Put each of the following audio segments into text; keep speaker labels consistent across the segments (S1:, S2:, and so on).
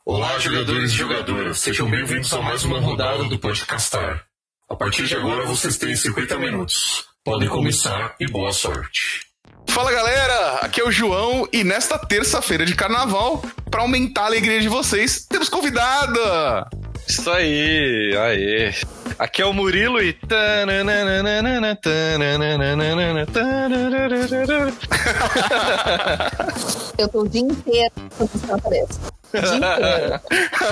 S1: Olá, jogadores e jogadoras, sejam bem-vindos a mais uma rodada do Podcastar. A partir de agora vocês têm 50 minutos. Podem começar e boa sorte.
S2: Fala galera, aqui é o João e nesta terça-feira de carnaval, para aumentar a alegria de vocês, temos convidada!
S3: Isso aí, aê. Aqui é o Murilo e...
S4: Eu tô o dia inteiro na cabeça. O dia inteiro.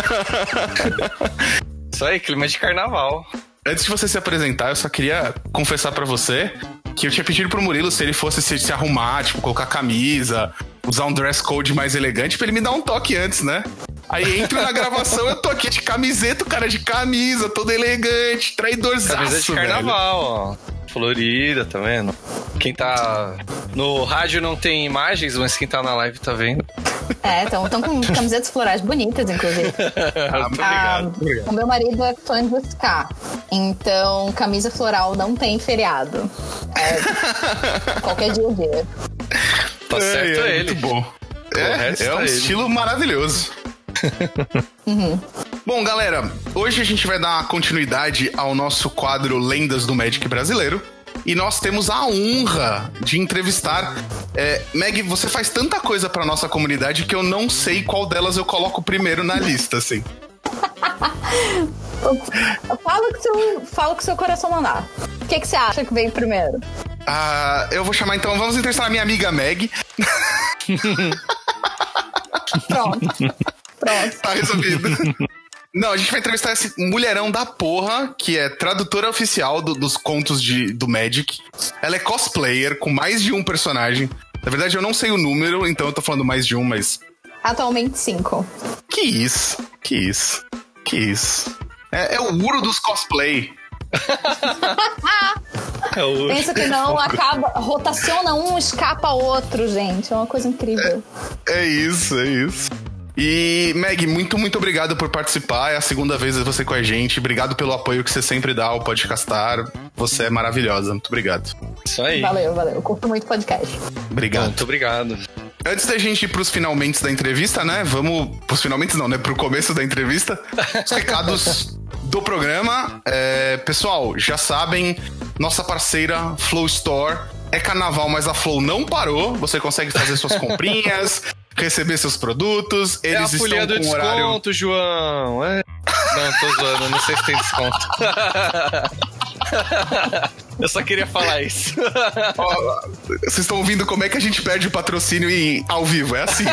S3: Isso aí, clima de carnaval.
S2: Antes de você se apresentar, eu só queria confessar pra você que eu tinha pedido pro Murilo se ele fosse se arrumar, tipo, colocar camisa, usar um dress code mais elegante, pra ele me dar um toque antes, né? Aí entro na gravação, eu tô aqui de camiseta, o cara de camisa, todo elegante, traidorzaço,
S3: camisa de carnaval, ó. Florida, tá vendo? Quem tá no rádio não tem imagens, mas quem tá na live tá vendo.
S4: É, estão com camisetas florais bonitas, inclusive.
S3: Obrigado.
S4: O meu marido é fã de ska, então camisa floral não tem feriado. É qualquer dia.
S3: Tá certo ele.
S2: Muito bom. É um estilo maravilhoso.
S4: Uhum.
S2: Bom, galera, hoje a gente vai dar continuidade ao nosso quadro Lendas do Magic Brasileiro. E nós temos a honra de entrevistar... Meg, você faz tanta coisa pra nossa comunidade que eu não sei qual delas eu coloco primeiro na lista, assim.
S4: Fala que seu coração mandar. O que você acha que veio primeiro?
S2: Eu vou chamar então... Vamos entrevistar a minha amiga Meg.
S4: Pronto.
S2: Tá resolvido. Não, a gente vai entrevistar esse mulherão da porra, que é tradutora oficial dos contos do Magic. Ela é cosplayer, com mais de um personagem. Na verdade, eu não sei o número, então eu tô falando mais de um, mas...
S4: Atualmente 5.
S2: Que isso? É o Uro dos cosplay.
S4: Pensa que não, acaba, rotaciona um, escapa outro, gente. É uma coisa incrível.
S2: É isso. E, Meg, muito, muito obrigado por participar. É a segunda vez você com a gente. Obrigado pelo apoio que você sempre dá ao Podcastar. Você é maravilhosa. Muito obrigado.
S3: Isso aí.
S4: Valeu. Eu curto muito podcast.
S2: Obrigado.
S3: Muito obrigado.
S2: Antes da gente ir pros finalmente da entrevista, né? Vamos... Pros finalmente não, né? Pro começo da entrevista. Os recados do programa. Pessoal, já sabem, nossa parceira Flow Store. É carnaval, mas a Flow não parou. Você consegue fazer suas comprinhas... receber seus produtos, eles estão com
S3: folia do desconto,
S2: horário...
S3: João. Não, tô zoando, não sei se tem desconto. Eu só queria falar isso.
S2: Vocês estão ouvindo como é que a gente perde o patrocínio ao vivo, é assim.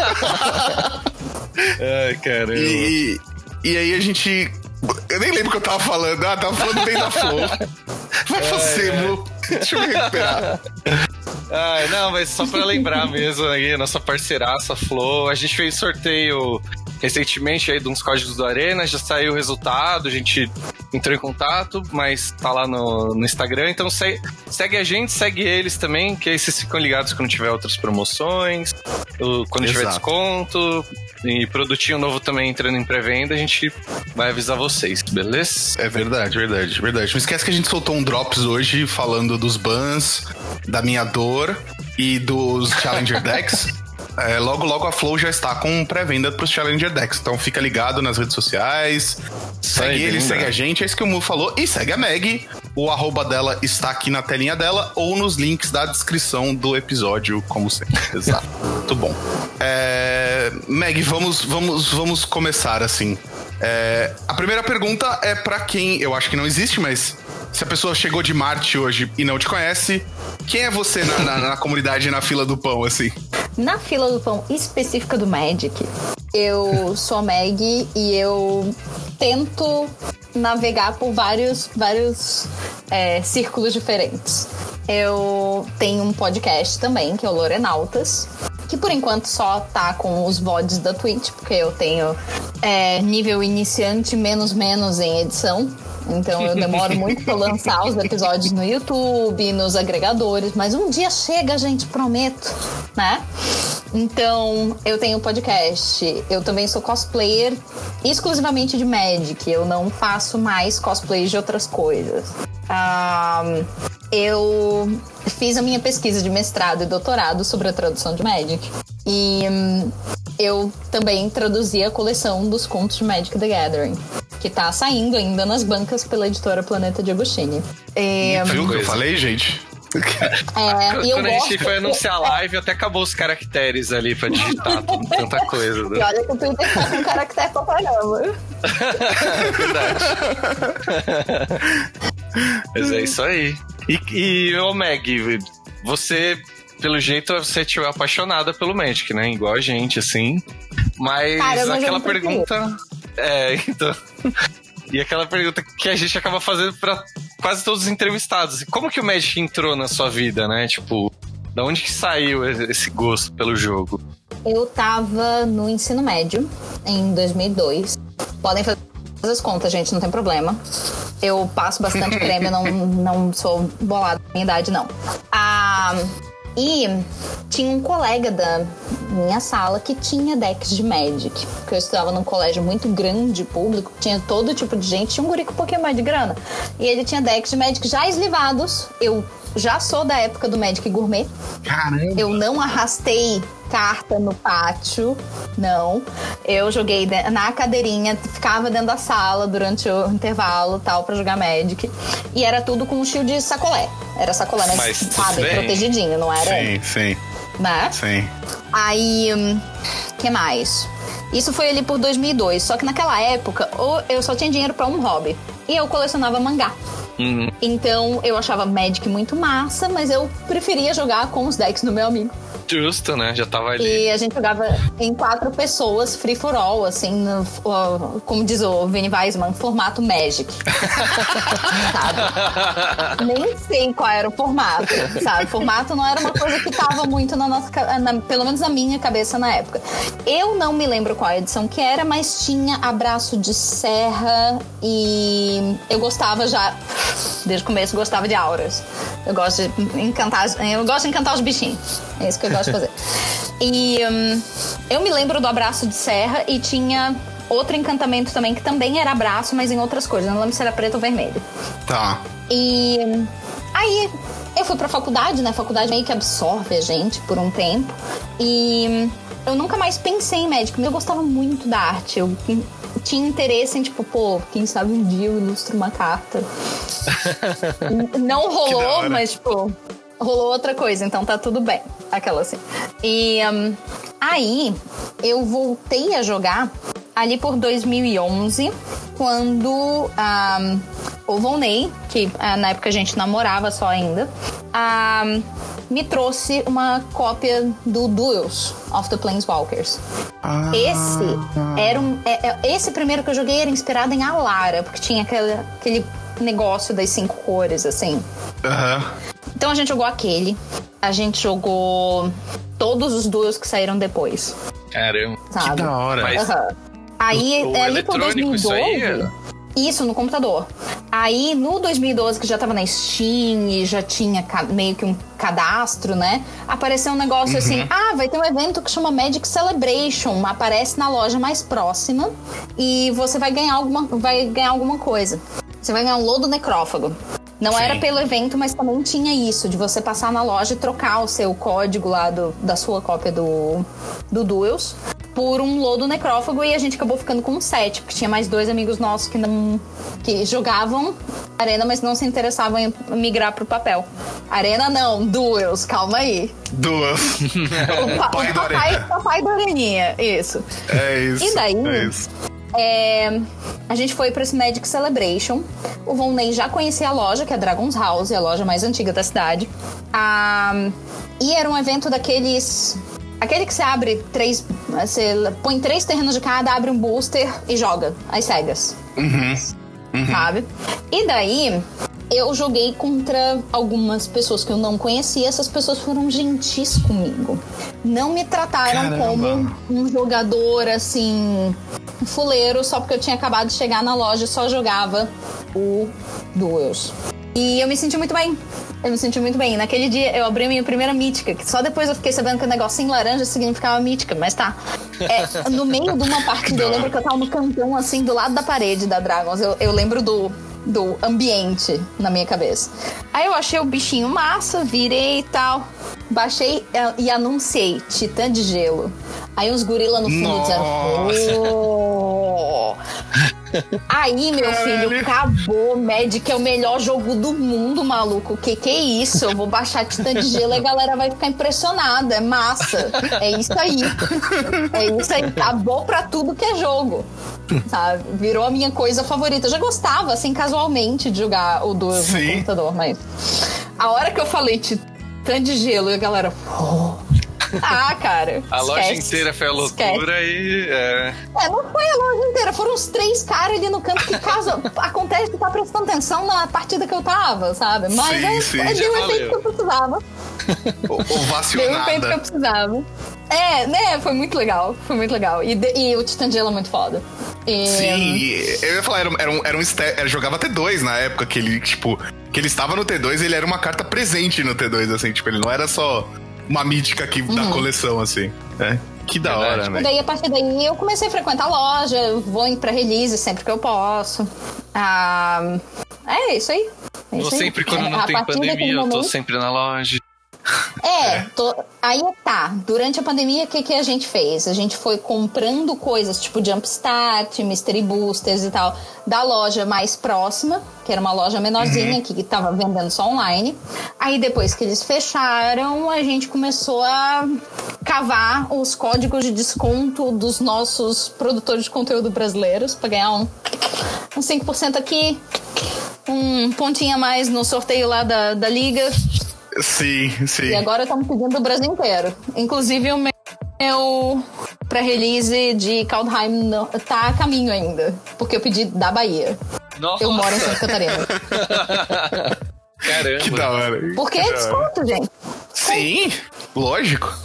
S3: Ai, caramba.
S2: E aí a gente... Eu nem lembro o que eu tava falando. Tava falando bem da Flow. Vai você, Mu. Deixa eu me recuperar.
S3: Não, mas só pra lembrar mesmo aí, nossa parceiraça Flow, a gente fez sorteio recentemente aí de uns códigos do Arena, já saiu o resultado, a gente entrou em contato, mas tá lá no Instagram, então segue a gente, segue eles também, que aí vocês ficam ligados quando tiver outras promoções, quando tiver desconto, e produtinho novo também entrando em pré-venda, a gente vai avisar vocês, beleza?
S2: É verdade. Não esquece que a gente soltou um Drops hoje falando dos bans, da minha dor e dos Challenger Decks. Logo a Flow já está com pré-venda pros Challenger Decks. Então fica ligado nas redes sociais. Segue ele, segue a gente. É isso que o Mu falou. E segue a Meg. O @, dela está aqui na telinha dela ou nos links da descrição do episódio, como sempre. Exato. Muito bom. Meg, vamos começar assim. A primeira pergunta é pra quem... Eu acho que não existe, mas... Se a pessoa chegou de Marte hoje e não te conhece, quem é você na comunidade, na fila do pão, assim?
S4: Na fila do pão específica do Magic, eu sou a Meg e eu tento navegar por vários círculos diferentes. Eu tenho um podcast também, que é o Lorenautas, que por enquanto só tá com os VODs da Twitch, porque eu tenho nível iniciante menos em edição. Então eu demoro muito pra lançar os episódios no YouTube, nos agregadores, mas um dia chega, gente, prometo, né? Então eu tenho podcast, eu também sou cosplayer exclusivamente de Magic, eu não faço mais cosplay de outras coisas. Eu fiz a minha pesquisa de mestrado e doutorado sobre a tradução de Magic. E eu também traduzi a coleção dos contos de Magic the Gathering, que tá saindo ainda nas bancas pela editora Planeta de Agostini.
S2: Viu o que eu falei, gente?
S3: Quando a gente foi anunciar a live, até acabou os caracteres ali pra digitar tanta coisa. Né?
S4: E olha que o Twitter tá com caractere pra caramba.
S3: Verdade. Mas é isso aí. E ô Meg, você, pelo jeito, você estiver apaixonada pelo Magic, né? Igual a gente, assim. Mas cara, aquela pergunta... então... E aquela pergunta que a gente acaba fazendo pra quase todos os entrevistados. Como que o Magic entrou na sua vida, né? Tipo, da onde que saiu esse gosto pelo jogo?
S4: Eu tava no ensino médio, em 2002. Podem fazer as contas, gente, não tem problema. Eu passo bastante prêmio, não sou bolada da minha idade, não. E tinha um colega da minha sala que tinha decks de Magic. Porque eu estudava num colégio muito grande, público, tinha todo tipo de gente, tinha um guri com um pouquinho mais de grana. E ele tinha decks de Magic já eslivados. Eu já sou da época do Magic Gourmet.
S2: Caramba!
S4: Eu não arrastei carta no pátio, não. Eu joguei na cadeirinha, ficava dentro da sala durante o intervalo, tal, pra jogar Magic. E era tudo com um shield de sacolé. Era sacolé, mas sabe, protegidinho, não era?
S2: Sim.
S4: Né?
S2: Sim.
S4: Aí, que mais? Isso foi ali por 2002. Só que naquela época, eu só tinha dinheiro pra um hobby. E eu colecionava mangá. Então, eu achava Magic muito massa, mas eu preferia jogar com os decks do meu amigo.
S3: Justo, né? Já tava ali.
S4: E a gente jogava em 4 pessoas, free for all, assim, como diz o Vini Weisman, formato Magic. Sabe? Nem sei qual era o formato, sabe? Formato não era uma coisa que tava muito na nossa... pelo menos na minha cabeça na época. Eu não me lembro qual edição que era, mas tinha Abraço de Serra e eu gostava já... Desde o começo gostava de auras. Eu gosto de encantar os bichinhos. É isso que eu gosto de fazer. E eu me lembro do Abraço de Serra e tinha outro encantamento também, que também era abraço, mas em outras cores. Eu não lembro se era preto ou vermelho.
S2: Tá.
S4: E aí eu fui pra faculdade, né? A faculdade meio que absorve a gente por um tempo. E eu nunca mais pensei em Magic, mas eu gostava muito da arte. Eu tinha interesse em, tipo, quem sabe um dia eu ilustro uma carta. Não rolou, mas, tipo, rolou outra coisa, então tá tudo bem. Aquela assim. E aí eu voltei a jogar ali por 2011, quando o Volney, que na época a gente namorava só ainda, me trouxe uma cópia do Duels of the Planeswalkers. Esse primeiro que eu joguei era inspirado em Alara, porque tinha aquele negócio das 5 cores, assim. Então a gente jogou aquele. A gente jogou todos os Duels que saíram depois.
S3: Caramba,
S4: sabe?
S2: Que da hora.
S3: Mas
S4: aí,
S3: o
S4: ali por 2012... Isso aí Isso, no computador. Aí, no 2012, que já tava na Steam e já tinha meio que um cadastro, né? Apareceu um negócio assim, vai ter um evento que chama Magic Celebration, aparece na loja mais próxima e você vai ganhar alguma coisa. Você vai ganhar um lodo necrófago. Não era pelo evento, mas também tinha isso, de você passar na loja e trocar o seu código lá da sua cópia do Duels por um lodo necrófago, e a gente acabou ficando com um set, porque tinha mais 2 amigos nossos que jogavam Arena, mas não se interessavam em migrar pro papel. Arena não, Duels, calma aí.
S2: Duels.
S4: O papai da Areninha, isso.
S2: É isso.
S4: E daí...
S2: É isso.
S4: A gente foi pra esse Magic Celebration. O Volney já conhecia a loja, que é a Dragon's House, a loja mais antiga da cidade. E era um evento daqueles... Aquele que você abre 3... Você põe 3 terrenos de cada, abre um booster e joga as cegas. Sabe? E daí... Eu joguei contra algumas pessoas que eu não conhecia. Essas pessoas foram gentis comigo. Não me trataram como um jogador, assim, fuleiro, só porque eu tinha acabado de chegar na loja e só jogava o Duels. E eu me senti muito bem. Naquele dia eu abri a minha primeira mítica, que só depois eu fiquei sabendo que o negocinho laranja significava mítica, mas tá. No meio de uma partida, eu lembro que eu tava no cantão, assim, do lado da parede da Dragons. Eu lembro do ambiente na minha cabeça. Aí eu achei o bichinho massa, virei e tal, baixei e anunciei Titã de Gelo. Aí uns gorila no fundo dizendo... Aí, meu filho, acabou. Magic é o melhor jogo do mundo, maluco. Que é isso? Eu vou baixar Titã de Gelo e a galera vai ficar impressionada. É massa. É isso aí. É isso aí. Acabou pra tudo que é jogo. Sabe? Virou a minha coisa favorita. Eu já gostava, assim, casualmente de jogar o Duel no computador, mas... A hora que eu falei Titã de Gelo e a galera... Ah, cara.
S3: A loja inteira foi a loucura e...
S4: não foi a loja inteira. Foram uns 3 caras ali no canto que, caso acontece, que tá prestando atenção na partida que eu tava, sabe? Mas deu o efeito que eu precisava.
S2: Ovacionada.
S4: Deu o efeito que eu precisava. Foi muito legal. Foi muito legal. E o Titã de Gelo é muito foda.
S2: Sim, eu ia falar, jogava T2 na época que ele, tipo... Que ele estava no T2 e ele era uma carta presente no T2, assim. Tipo, ele não era só... uma mítica aqui da coleção, assim. Que da hora, né?
S4: E daí, a partir daí, eu comecei a frequentar a loja, vou pra release sempre que eu posso. É isso aí.
S3: Eu sempre, quando não tem pandemia, eu tô sempre na loja.
S4: Aí tá. Durante a pandemia, o que a gente fez? A gente foi comprando coisas tipo Jumpstart, Mystery Boosters e tal, da loja mais próxima, que era uma loja menorzinha que tava vendendo só online. Aí depois que eles fecharam, a gente começou a cavar os códigos de desconto dos nossos produtores de conteúdo brasileiros pra ganhar um 5% aqui, um pontinho a mais no sorteio lá da liga.
S2: Sim.
S4: E agora estamos pedindo o Brasil inteiro. Inclusive o meu pré-release de Kaldheim tá a caminho ainda. Porque eu pedi da Bahia.
S3: Nossa.
S4: Eu moro em Santa Catarina.
S3: Caramba.
S2: Que da hora.
S4: Porque é desconto, gente.
S2: Sim, lógico.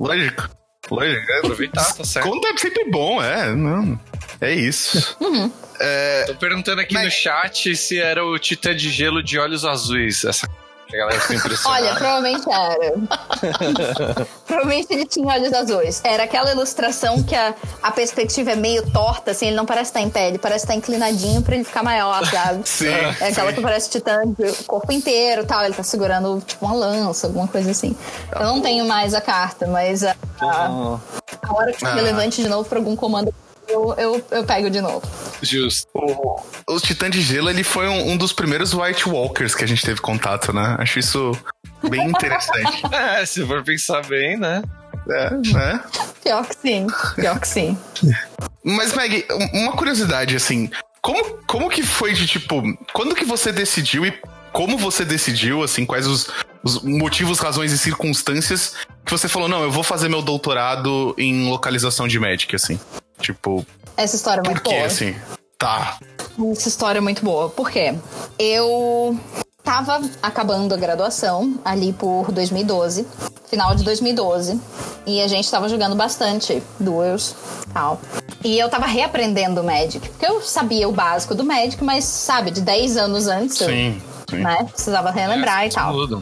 S3: Aproveitar, tá certo.
S2: Conta é sempre bom, não. É isso.
S3: Tô perguntando aqui no chat se era o Titã de Gelo de olhos azuis. Essa a galera ficou impressionada.
S4: Olha, provavelmente era. Provavelmente ele tinha olhos azuis. Era aquela ilustração que a perspectiva é meio torta, assim, ele não parece estar em pé, ele parece estar inclinadinho pra ele ficar maior, sabe?
S2: Sim.
S4: É aquela que parece Titã de corpo inteiro e tal, ele tá segurando tipo uma lança, alguma coisa assim. Eu não tenho mais a carta, mas a hora que for relevante de novo pra algum comando, eu pego de novo.
S3: Justo.
S2: O Titã de Gelo, ele foi um dos primeiros White Walkers que a gente teve contato, né? Acho isso bem interessante.
S3: Se for pensar bem, né?
S2: Né?
S4: Pior que sim.
S2: Mas, Meg, uma curiosidade, assim, como que foi de, tipo, quando que você decidiu e como você decidiu, assim, quais os motivos, razões e circunstâncias que você falou, não, eu vou fazer meu doutorado em localização de Magic, assim, tipo...
S4: Essa história é muito boa.
S2: Por quê, assim? Tá.
S4: Essa história é muito boa. Por quê? Eu tava acabando a graduação ali por 2012, final de 2012, e a gente tava jogando bastante Duels e tal. E eu tava reaprendendo Magic, porque eu sabia o básico do Magic, mas, sabe, de 10 anos antes,
S2: Sim.
S4: Né, precisava relembrar e tal.
S3: Tudo.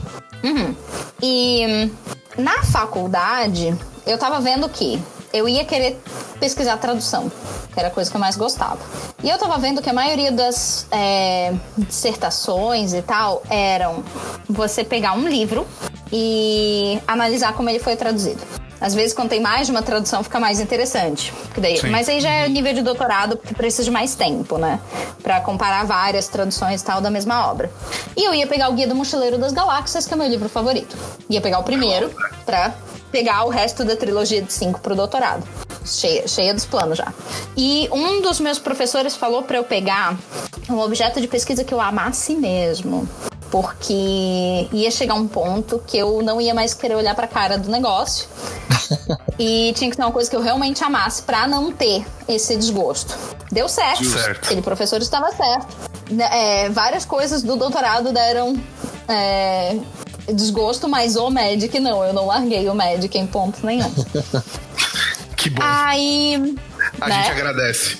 S4: E na faculdade, eu tava vendo que eu ia querer pesquisar tradução, que era a coisa que eu mais gostava. E eu tava vendo que a maioria das dissertações e tal eram você pegar um livro e analisar como ele foi traduzido. Às vezes, quando tem mais de uma tradução, fica mais interessante. Mas aí já é nível de doutorado, porque precisa de mais tempo, né? Pra comparar várias traduções e tal da mesma obra. E eu ia pegar o Guia do Mochileiro das Galáxias, que é meu livro favorito. Ia pegar o primeiro pra pegar o resto da trilogia de 5 pro doutorado. Cheia dos planos já. E um dos meus professores falou pra eu pegar um objeto de pesquisa que eu amasse mesmo. Porque ia chegar um ponto que eu não ia mais querer olhar pra cara do negócio. E tinha que ser uma coisa que eu realmente amasse pra não ter esse desgosto. Deu certo. Aquele professor estava certo. Várias coisas do doutorado deram desgosto, mas o Magic não. Eu não larguei o Magic em ponto nenhum.
S2: Que bom.
S4: Aí...
S2: A gente agradece.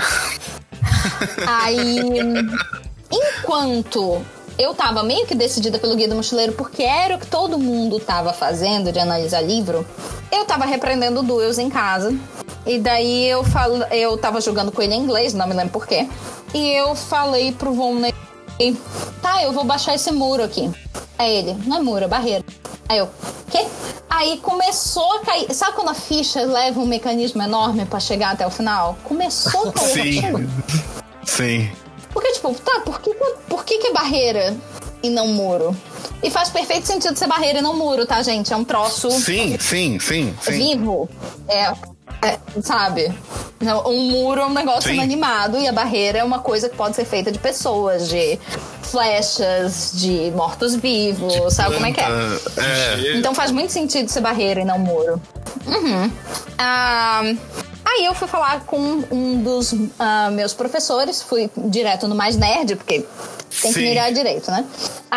S4: Aí... Enquanto... eu tava meio que decidida pelo Guia do Mochileiro, porque era o que todo mundo tava fazendo, de analisar livro. Eu tava repreendendo Duels em casa. E daí eu tava jogando com ele em inglês, não me lembro por quê. E eu falei pro Von, tá, eu vou baixar esse muro aqui. Aí ele, não é muro, é barreira. Aí eu, quê? Aí começou a cair. Sabe quando a ficha leva um mecanismo enorme pra chegar até o final? Começou a cair.
S2: Sim.
S4: Porque, tipo, tá, por que é barreira e não muro? E faz perfeito sentido ser barreira e não muro, tá, gente? É um troço
S2: Sim.
S4: vivo. Sabe? Um muro é um negócio inanimado e a barreira é uma coisa que pode ser feita de pessoas, de flechas, de mortos-vivos, sabe como é que é? Então faz muito sentido ser barreira e não muro. Aí eu fui falar com um dos meus professores, fui direto no Mais Nerd, porque tem que mirar direito, né?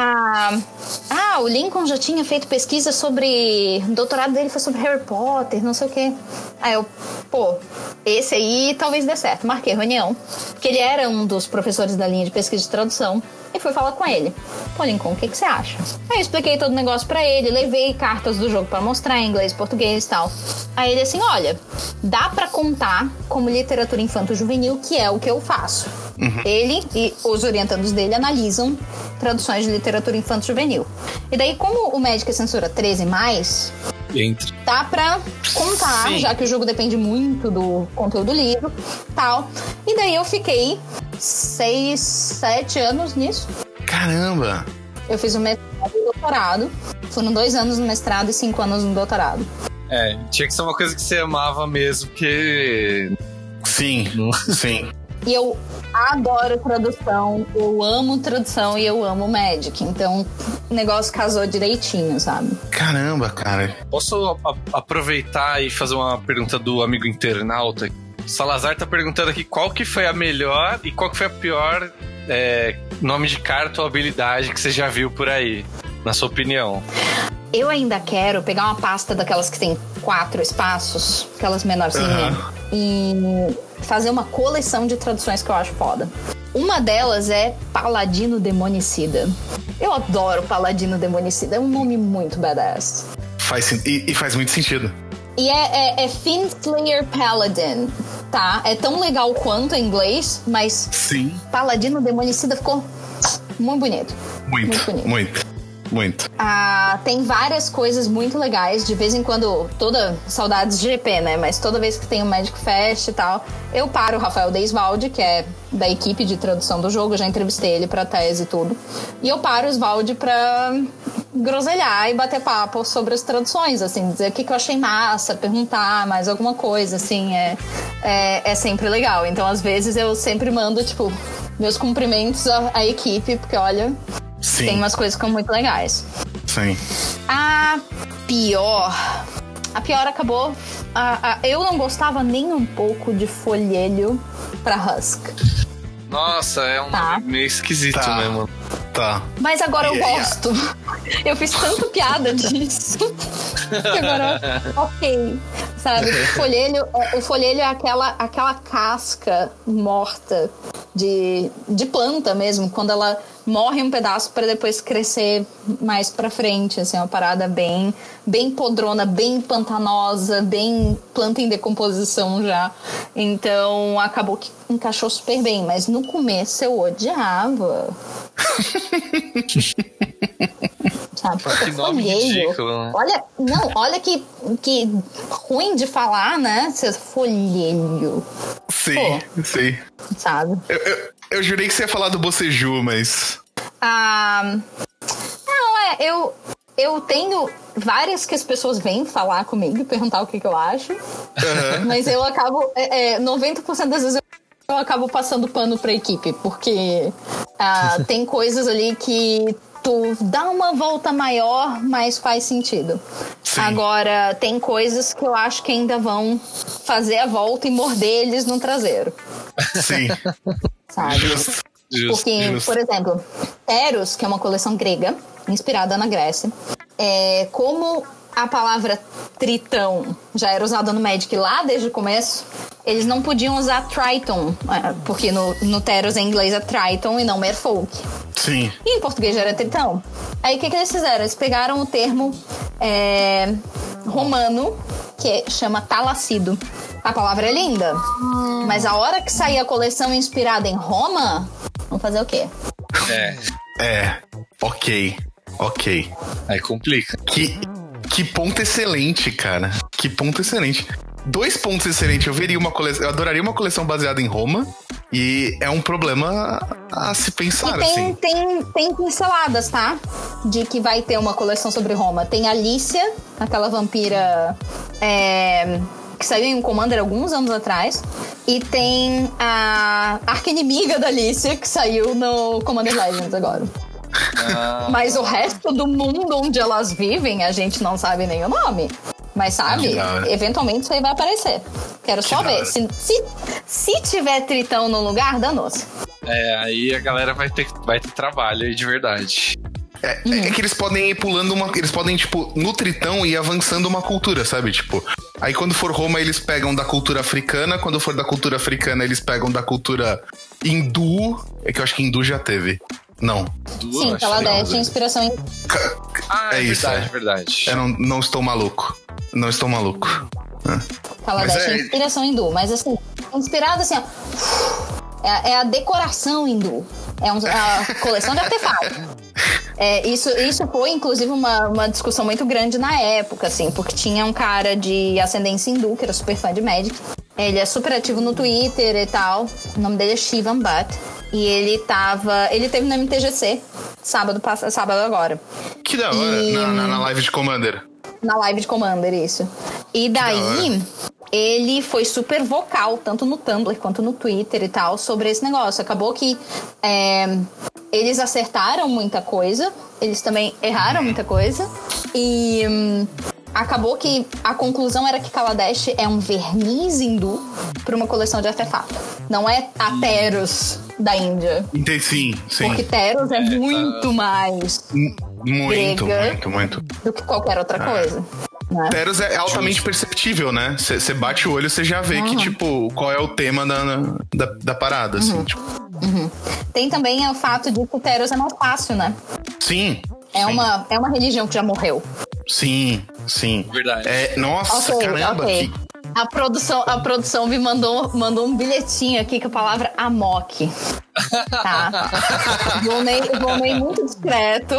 S4: O Lincoln já tinha feito pesquisa sobre... O doutorado dele foi sobre Harry Potter, não sei o quê. Aí eu, esse aí talvez dê certo. Marquei reunião, porque ele era um dos professores da linha de pesquisa de tradução. E fui falar com ele. Lincoln, o que você acha? Aí eu expliquei todo o negócio pra ele, levei cartas do jogo pra mostrar em inglês, português e tal. Aí ele assim, olha, dá pra contar como literatura infanto-juvenil, que é o que eu faço. Ele e os orientandos dele analisam traduções de literatura infanto-juvenil. E daí, como o Magic censura 13+, dá pra contar, já que o jogo depende muito do conteúdo do livro, tal. E daí eu fiquei 6, 7 anos nisso.
S2: Caramba!
S4: Eu fiz o mestrado e o doutorado. Foram 2 anos no mestrado e 5 anos no doutorado.
S3: Tinha que ser uma coisa que você amava mesmo, porque...
S2: Sim.
S4: E eu adoro tradução, eu amo tradução e eu amo Magic. Então, o negócio casou direitinho, sabe?
S2: Caramba, cara.
S3: Posso aproveitar e fazer uma pergunta do amigo internauta? O Salazar tá perguntando aqui qual que foi a melhor e qual que foi a pior nome de carta ou habilidade que você já viu por aí, na sua opinião.
S4: Eu ainda quero pegar uma pasta daquelas que tem 4 espaços, aquelas menorzinhas, e fazer uma coleção de traduções que eu acho foda. Uma delas é Paladino Demonicida. Eu adoro Paladino Demonicida, é um nome muito badass.
S2: E faz muito sentido.
S4: E é Fiendslayer Paladin, tá? É tão legal quanto em inglês, mas Paladino Demonicida ficou muito bonito. Muito. Tem várias coisas muito legais. De vez em quando, saudades de GP, né? Mas toda vez que tem um Magic Fest e tal, eu paro o Rafael Deisvalde, que é da equipe de tradução do jogo. Eu já entrevistei ele pra tese e tudo. E eu paro o Svalde pra groselhar e bater papo sobre as traduções, assim, dizer o que eu achei massa, perguntar mais alguma coisa, assim, é sempre legal. Então, às vezes, eu sempre mando, tipo, meus cumprimentos à equipe, porque, olha... Tem umas coisas que são muito legais.
S2: Sim.
S4: A pior acabou... eu não gostava nem um pouco de folhelho pra Husk.
S3: Nossa, é meio esquisito mesmo.
S2: Tá.
S4: Mas agora eu gosto. Eu fiz tanta piada disso. Que agora, ok. Sabe? O folhelho é aquela casca morta de planta mesmo, quando ela morre um pedaço para depois crescer mais pra frente, assim, uma parada bem podrona, bem pantanosa, bem planta em decomposição já. Então acabou que encaixou super bem, mas no começo eu odiava. Sabe?
S3: Que nome ridículo, né?
S4: Olha que ruim de falar, né? folhelho.
S2: Sim.
S4: Sabe?
S2: Eu jurei que você ia falar do boceju, mas...
S4: Eu tenho várias que as pessoas vêm falar comigo e perguntar o que eu acho. Mas eu acabo... 90% das vezes eu acabo passando pano pra equipe, porque tem coisas ali que tu dá uma volta maior, mas faz sentido. Sim. Agora, tem coisas que eu acho que ainda vão fazer a volta e morder eles no traseiro.
S2: Sim.
S4: Sabe?
S2: Justo.
S4: Porque, por exemplo, Eros, que é uma coleção grega, inspirada na Grécia, como a palavra tritão já era usada no Magic lá desde o começo, eles não podiam usar Triton, porque no Teros em inglês é Triton e não Merfolk.
S2: Sim.
S4: E em português já era tritão. Aí o que eles fizeram? Eles pegaram o termo romano, que chama talacido. A palavra é linda, mas a hora que sair a coleção inspirada em Roma, vamos fazer o quê?
S2: Ok.
S3: Aí complica.
S2: Que Que ponto excelente, cara. Que ponto excelente. 2 pontos excelentes. Eu adoraria uma coleção baseada em Roma. E é um problema a se pensar,
S4: e
S2: assim.
S4: Tem pinceladas, tá? De que vai ter uma coleção sobre Roma. Tem Alicia, aquela vampira que saiu em um Commander alguns anos atrás. E tem a arqui-inimiga da Alicia, que saiu no Commander Legends agora. Mas o resto do mundo onde elas vivem, a gente não sabe nem o nome. Mas sabe, eventualmente isso aí vai aparecer. Quero só ver. Se tiver Tritão no lugar, danou-se.
S3: Aí a galera vai ter trabalho aí de verdade.
S2: É que eles podem ir pulando eles podem, tipo, no Tritão ir avançando uma cultura, sabe? Tipo, aí quando for Roma, eles pegam da cultura africana. Quando for da cultura africana, eles pegam da cultura hindu. É que eu acho que hindu já teve. Não.
S4: Sim, Kaladesh é inspiração em...
S2: é isso.
S3: Verdade.
S2: Eu não estou maluco. Não estou maluco.
S4: Kaladesh é inspiração hindu, mas assim, inspirado assim, ó, é a decoração hindu. É a coleção de artefatos. Isso foi, inclusive, uma discussão muito grande na época, assim, porque tinha um cara de ascendência hindu, que era super fã de Magic. Ele é super ativo no Twitter e tal. O nome dele é Shivam Bhatt. E ele teve no MTGC sábado agora.
S2: Que da hora, na live de Commander.
S4: Na live de Commander, isso. E daí, ele foi super vocal, tanto no Tumblr quanto no Twitter e tal, sobre esse negócio. Acabou que eles acertaram muita coisa, eles também erraram muita coisa. E acabou que a conclusão era que Kaladesh é um verniz hindu para uma coleção de artefatos. Não é a Teros da Índia.
S2: Sim.
S4: Porque Teros é muito mais
S2: muito
S4: do que qualquer outra coisa. Né?
S2: Teros é altamente perceptível, né? Você bate o olho, você já vê que, tipo, qual é o tema da parada, assim. Tipo.
S4: Tem também o fato de que o Teros é mais fácil, né?
S2: Sim.
S4: É uma religião que já morreu.
S2: Sim.
S3: Verdade.
S2: Nossa, caramba.
S4: Okay. A produção me mandou um bilhetinho aqui com a palavra amok. Tá. Volney muito discreto.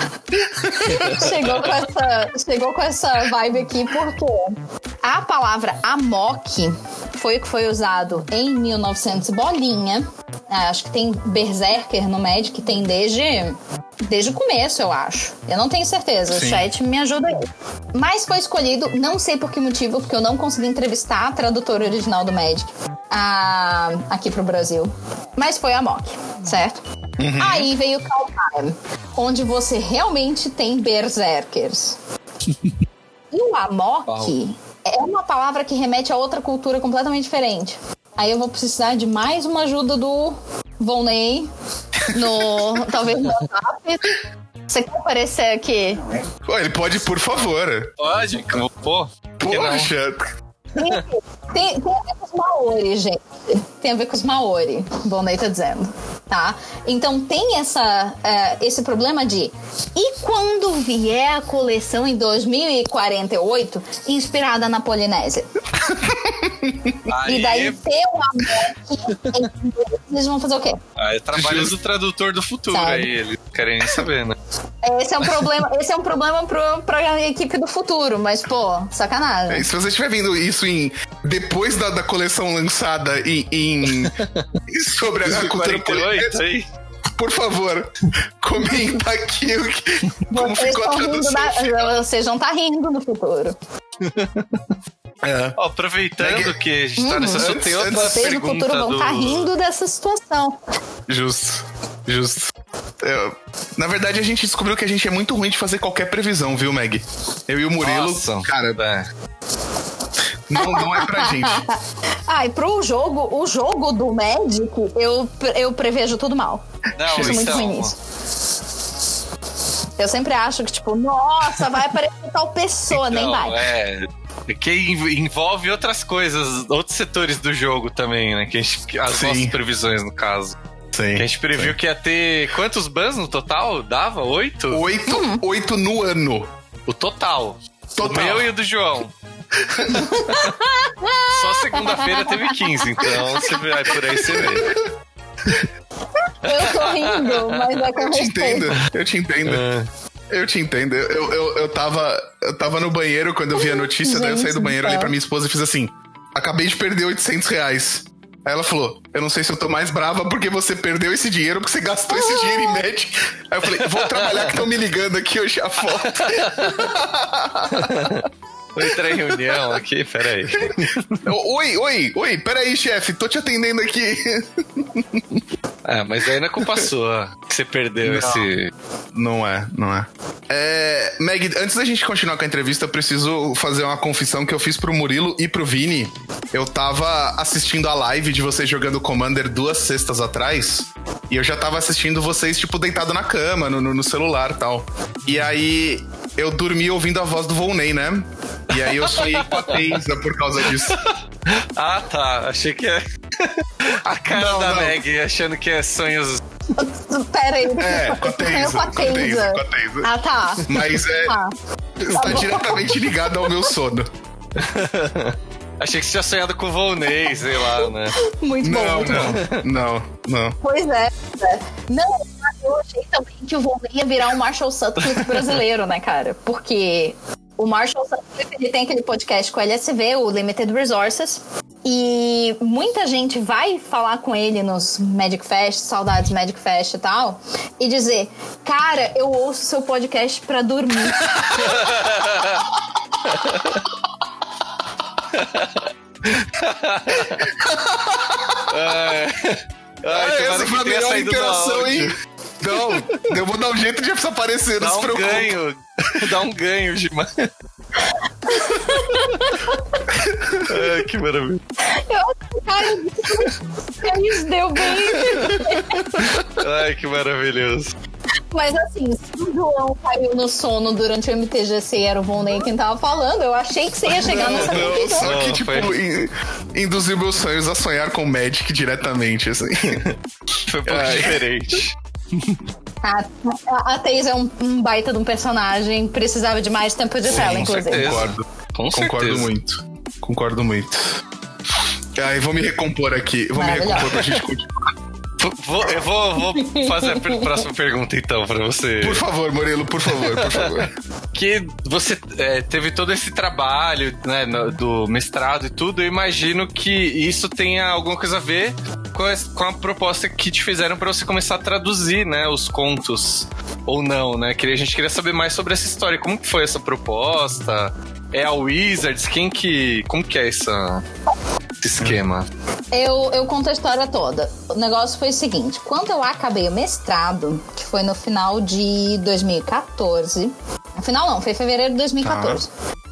S4: Chegou com essa vibe aqui porque a palavra amok foi o que foi usado em 1900 bolinha. Acho que tem Berserker no Magic, tem desde o começo, eu acho. Eu não tenho certeza.
S2: Sim.
S4: O chat me ajuda aí. Mas foi escolhido, não sei por que motivo, porque eu não consegui entrevistar a tradutora original do Magic aqui pro Brasil. Mas foi a Amok, certo? Aí veio o Kaldheim, onde você realmente tem Berserkers. E o Amok é uma palavra que remete a outra cultura completamente diferente. Aí eu vou precisar de mais uma ajuda do Volney, talvez no WhatsApp. Você quer aparecer aqui?
S2: Ele pode, por favor.
S3: Pode, pô.
S2: Poxa.
S4: Tem a ver com os Maori, gente. Tem a ver com os Maori, o Volney tá dizendo, tá? Então tem esse problema de... E quando vier a coleção em 2048, inspirada na Polinésia? E daí ter uma Amok, eles vão fazer o quê?
S3: É trabalho do tradutor do futuro. Sabe? Aí, eles querem nem saber, né?
S4: Esse é um problema pra equipe do futuro, mas, pô, sacanagem.
S2: Se você estiver vendo isso depois da coleção lançada sobre a cultura polinésia, por favor, comenta aqui como ficou a tradução.
S4: Vocês vão estar rindo no futuro.
S3: Aproveitando que a gente tá nessa só tem outra
S4: vocês
S3: pergunta.
S4: Vocês no futuro vão estar rindo dessa situação.
S2: Justo. Na verdade, a gente descobriu que a gente é muito ruim de fazer qualquer previsão, viu, Meg? Eu e o Murilo, cara, não é pra gente.
S4: E pro jogo, o jogo do Magic, eu prevejo tudo mal. Eu sou muito ruim nisso. Eu sempre acho que, tipo, nossa, vai aparecer tal pessoa, nem vai.
S3: Que envolve outras coisas, outros setores do jogo também, né? As nossas previsões, no caso.
S2: Sim.
S3: Que a gente previu que ia ter quantos bans no total? Dava? 8?
S2: 8 no ano.
S3: O total. O meu e o do João. Só segunda-feira teve 15, então você vai por aí, você vê.
S4: Eu tô rindo, mas é com respeito.
S2: Eu te entendo. Eu te entendo. Eu tava no banheiro quando eu vi a notícia, daí eu saí do banheiro, olhei pra minha esposa e fiz assim: acabei de perder R$800. Aí ela falou: eu não sei se eu tô mais brava porque você perdeu esse dinheiro, porque você gastou esse dinheiro em Magic. Aí eu falei: vou trabalhar que estão me ligando aqui, eu já volto.
S3: Vou entrar em reunião aqui, peraí.
S2: Oi, peraí, chefe, tô te atendendo aqui.
S3: Mas aí não é culpa sua que você perdeu esse...
S2: Não é. Meg, antes da gente continuar com a entrevista, eu preciso fazer uma confissão que eu fiz pro Murilo e pro Vini. Eu tava assistindo a live de vocês jogando Commander 2 sextas atrás, e eu já tava assistindo vocês, tipo, deitado na cama, no celular e tal. E aí, eu dormi ouvindo a voz do Volney, né? E aí eu sonhei com a Teisa por causa disso.
S3: Ah, tá. Achei que é... A cara da Meg, achando que é sonhos...
S4: Pera aí.
S2: Com a Teisa.
S4: Ah, tá.
S2: Mas está diretamente ligado ao meu sono.
S3: Achei que você tinha sonhado com o Volney, sei lá, né?
S4: Muito bom.
S2: Não.
S4: Pois é. Não, eu achei também que o Volney ia virar um Marshall Sutcliffe brasileiro, né, cara? Porque o Marshall Sutcliffe, ele tem aquele podcast com a LSV, o Limited Resources, e muita gente vai falar com ele nos Magic Fest, saudades Magic Fest e tal, e dizer: cara, eu ouço seu podcast pra dormir.
S2: Essa foi a melhor interação, hein? Não, eu vou dar um jeito de aparecer, não se preocupe.
S3: Dá um ganho, Gima. Que maravilha.
S4: Isso deu bem.
S3: Ai, que maravilhoso.
S4: Mas assim, se o João caiu no sono durante o MTGC e era o Volney quem tava falando, eu achei que você ia chegar nessa conclusão.
S2: Só que, tipo, induziu meus sonhos a sonhar com Magic diretamente, assim.
S3: Foi um pouco diferente.
S4: A Teisa é um baita de um personagem, precisava de mais tempo de tela, inclusive.
S2: Concordo muito. Aí vou me recompor aqui. Vou me recompor pra gente continuar.
S3: Eu vou fazer a próxima pergunta, então, pra você.
S2: Por favor, Murilo, por favor.
S3: Que você teve todo esse trabalho, né, do mestrado e tudo, eu imagino que isso tenha alguma coisa a ver com a proposta que te fizeram pra você começar a traduzir, né, os contos, ou não, né? A gente queria saber mais sobre essa história. Como que foi essa proposta? É a Wizards? Como que é esse esquema?
S4: Eu conto a história toda. O negócio foi o seguinte: quando eu acabei o mestrado, que foi no final de 2014... No final não, foi fevereiro de 2014.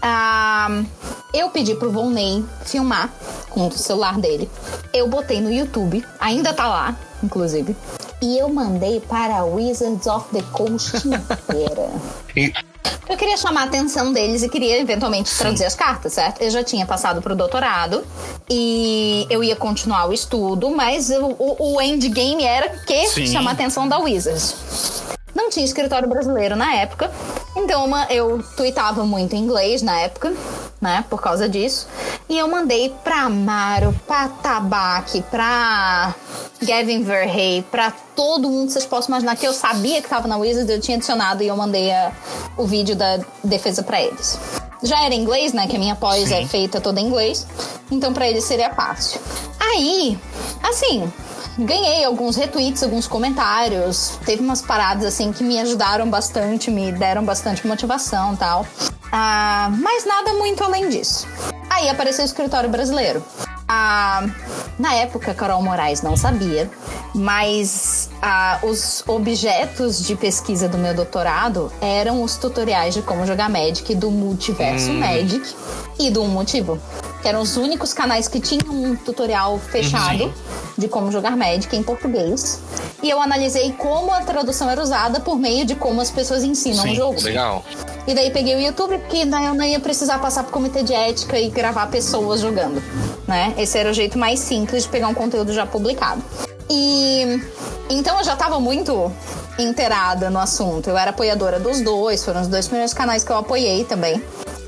S4: Eu pedi pro Volney filmar com o celular dele. Eu botei no YouTube, ainda tá lá, inclusive. E eu mandei para a Wizards of the Coast inteira. Eu queria chamar a atenção deles e queria eventualmente traduzir as cartas, certo? Eu já tinha passado pro doutorado e eu ia continuar o estudo, mas o endgame era chamar a atenção da Wizards. Não tinha escritório brasileiro na época, então eu tweetava muito em inglês na época, né, por causa disso. E eu mandei pra Amaro, pra Tabaque, pra Gavin Verhey, pra todo mundo que vocês possam imaginar que eu sabia que tava na Wizards, eu tinha adicionado e eu mandei o vídeo da defesa pra eles. Já era em inglês, né, que a minha pós é feita toda em inglês, então pra eles seria fácil. Aí, assim... ganhei alguns retweets, alguns comentários. Teve umas paradas, assim, que me ajudaram bastante, me deram bastante motivação e tal. Mas nada muito além disso. Aí apareceu o escritório brasileiro. Na época, Carol Moraes não sabia, mas os objetos de pesquisa do meu doutorado eram os tutoriais de como jogar Magic do Multiverso Magic e do Um Motivo, que eram os únicos canais que tinham um tutorial fechado de como jogar Magic em português. E eu analisei como a tradução era usada por meio de como as pessoas ensinam o jogo.
S3: Legal.
S4: E daí peguei o YouTube, porque daí eu não ia precisar passar pro comitê de ética e gravar pessoas jogando, né? Esse era o jeito mais simples de pegar um conteúdo já publicado. E então eu já tava muito inteirada no assunto. Eu era apoiadora dos dois, foram os dois primeiros canais que eu apoiei também.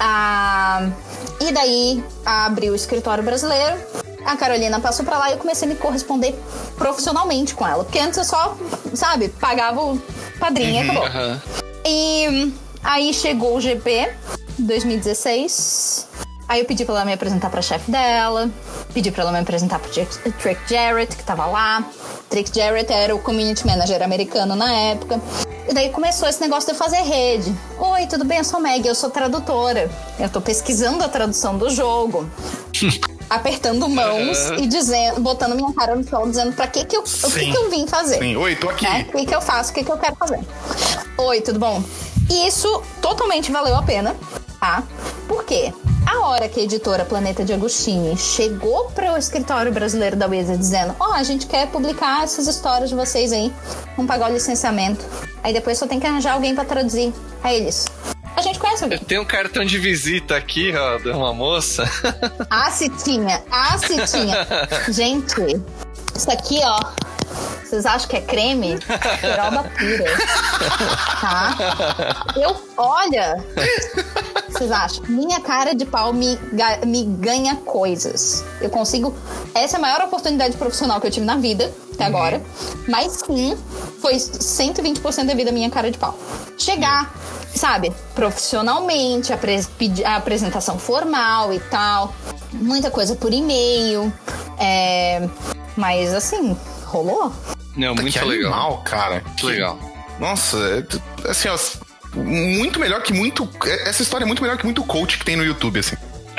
S4: E daí abri o escritório brasileiro. A Carolina passou pra lá e eu comecei a me corresponder profissionalmente com ela. Porque antes eu só, sabe, pagava o padrinho e acabou. E aí chegou o GP 2016. Aí eu pedi pra ela me apresentar pra chefe dela. Pedi pra ela me apresentar pro Trick Jarrett, que tava lá. Trick Jarrett era o community manager americano na época. E daí começou esse negócio de eu fazer rede. Oi, tudo bem? Eu sou Meg, eu sou tradutora. Eu tô pesquisando a tradução do jogo. Apertando mãos e dizendo, botando minha cara no sol, dizendo pra o que eu vim fazer.
S2: Sim. Oi, tô aqui.
S4: Né? O que eu faço, o que eu quero fazer. Oi, tudo bom? E isso totalmente valeu a pena, tá? Por quê? A hora que a editora Planeta de Agostini chegou para o escritório brasileiro da Wizard dizendo: a gente quer publicar essas histórias de vocês aí, vamos pagar o licenciamento. Aí depois só tem que arranjar alguém para traduzir. Aí eles: a gente conhece alguém.
S3: Tem um cartão de visita aqui, ó, de uma moça.
S4: Se tinha. Gente, isso aqui, ó. Vocês acham que é creme? Peroba pura. Tá? Olha, vocês acham? Minha cara de pau me ganha coisas. Eu consigo... Essa é a maior oportunidade profissional que eu tive na vida, até agora. Mas sim, foi 120% devido à minha cara de pau. Chegar, sabe, profissionalmente, a apresentação formal e tal. Muita coisa por e-mail. Mas assim, rolou.
S3: Não, muito
S2: que
S3: legal.
S2: Animal, cara.
S3: Que legal.
S2: Nossa, assim, ó, muito melhor que muito... Essa história é muito melhor que muito coach que tem no YouTube, assim.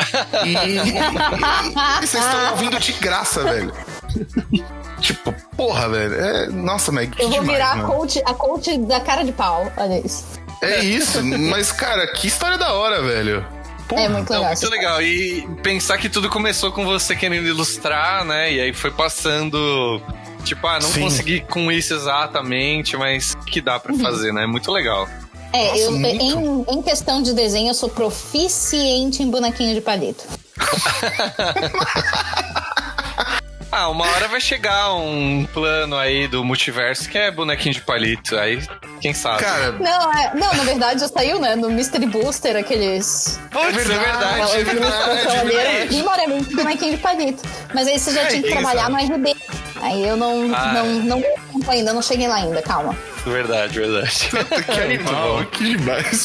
S2: E vocês estão ouvindo de graça, velho. Tipo, porra, velho. Nossa, Meg, que
S4: eu vou
S2: demais,
S4: virar
S2: mano.
S4: a coach da cara de pau, olha isso.
S2: É isso, mas, cara, que história da hora, velho.
S4: É muito legal.
S3: Muito legal. E pensar que tudo começou com você querendo ilustrar, né? E aí foi passando... Tipo, não
S2: Sim.
S3: consegui com isso exatamente, mas que dá pra fazer, né? Muito legal.
S2: Nossa,
S4: em questão de desenho, eu sou proficiente em bonequinho de palito.
S3: Uma hora vai chegar um plano aí do multiverso que é bonequinho de palito. Aí, quem sabe?
S2: Cara...
S4: Não, na verdade já saiu, né? No Mystery Booster, aqueles...
S3: Putz, é verdade.
S4: Primordialmente bonequinho de palito. Mas aí você já tinha que trabalhar no RD. Aí eu não ainda não cheguei lá ainda, calma.
S3: Verdade.
S2: Que animal, que demais.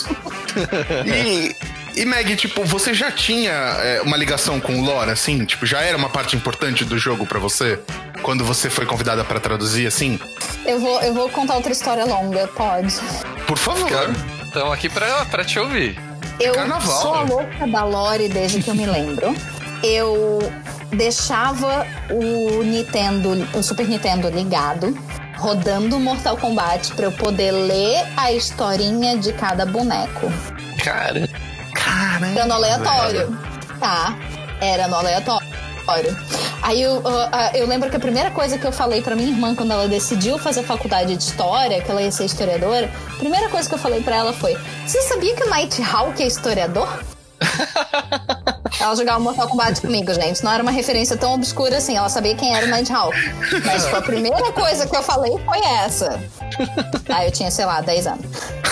S2: E Meg, tipo, você já tinha uma ligação com o lore, assim? Tipo, já era uma parte importante do jogo pra você? Quando você foi convidada pra traduzir, assim?
S4: Eu vou contar outra história longa, pode?
S2: Por favor.
S3: Estamos aqui pra te ouvir.
S4: Eu
S2: Carnaval,
S4: sou a
S2: né?
S4: louca da lore desde que eu me lembro. Eu deixava o Super Nintendo ligado, rodando Mortal Kombat pra eu poder ler a historinha de cada boneco.
S3: Cara...
S4: Era no aleatório, tá? Era no aleatório. Aí eu lembro que a primeira coisa que eu falei pra minha irmã quando ela decidiu fazer faculdade de história, que ela ia ser historiadora, a primeira coisa que eu falei pra ela foi: você sabia que o Nighthawk é historiador? Ela jogava Mortal Kombat comigo, gente. Não era uma referência tão obscura assim. Ela sabia quem era o Nighthawk. Mas tipo, a primeira coisa que eu falei foi essa. Eu tinha, sei lá, 10 anos.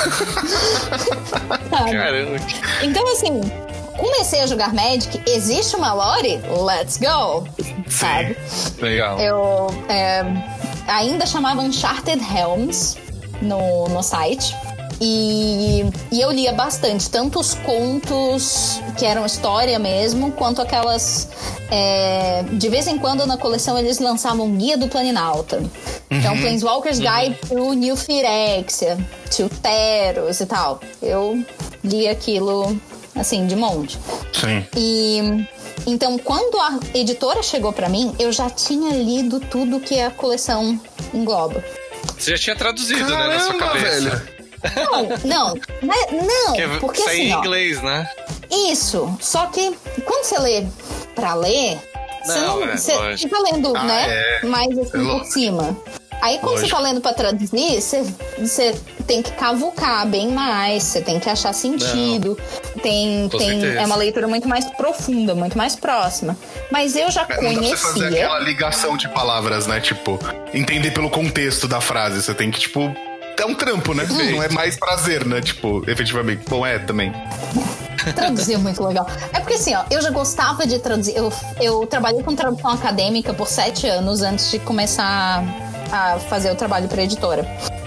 S3: Caramba.
S4: Então, assim, comecei a jogar Magic. Existe uma lore? Let's go! Sabe?
S3: Legal.
S4: Eu ainda chamava Uncharted Realms no site. E eu lia bastante, tanto os contos que eram história mesmo, quanto aquelas... de vez em quando na coleção eles lançavam um guia do Planinauta. Então, Planeswalker's Guide to New Phyrexia, to Teros e tal. Eu li aquilo, assim, de monte.
S2: Sim.
S4: E... Então, quando a editora chegou pra mim, eu já tinha lido tudo que a coleção engloba.
S3: Você já tinha traduzido,
S2: Caramba,
S3: né, na sua cabeça.
S2: velho.
S4: Não, porque
S3: sai
S4: assim,
S3: em
S4: ó,
S3: inglês, né?
S4: isso, só que quando você lê pra ler, você fica lendo, né? Mais assim por cima. Aí quando você tá lendo pra traduzir, você tem que cavucar bem mais, você tem que achar sentido. É uma leitura muito mais profunda, muito mais próxima. Mas eu já conhecia.
S2: Não dá pra você fazer aquela ligação de palavras, né? Tipo, entender pelo contexto da frase. Você tem que, tipo... É um trampo, né? Não é mais prazer, né? Tipo, efetivamente. Bom, também.
S4: Traduzir é muito legal. É porque assim, ó, eu já gostava de traduzir. Eu trabalhei com tradução acadêmica por 7 anos antes de começar a fazer o trabalho pra editora.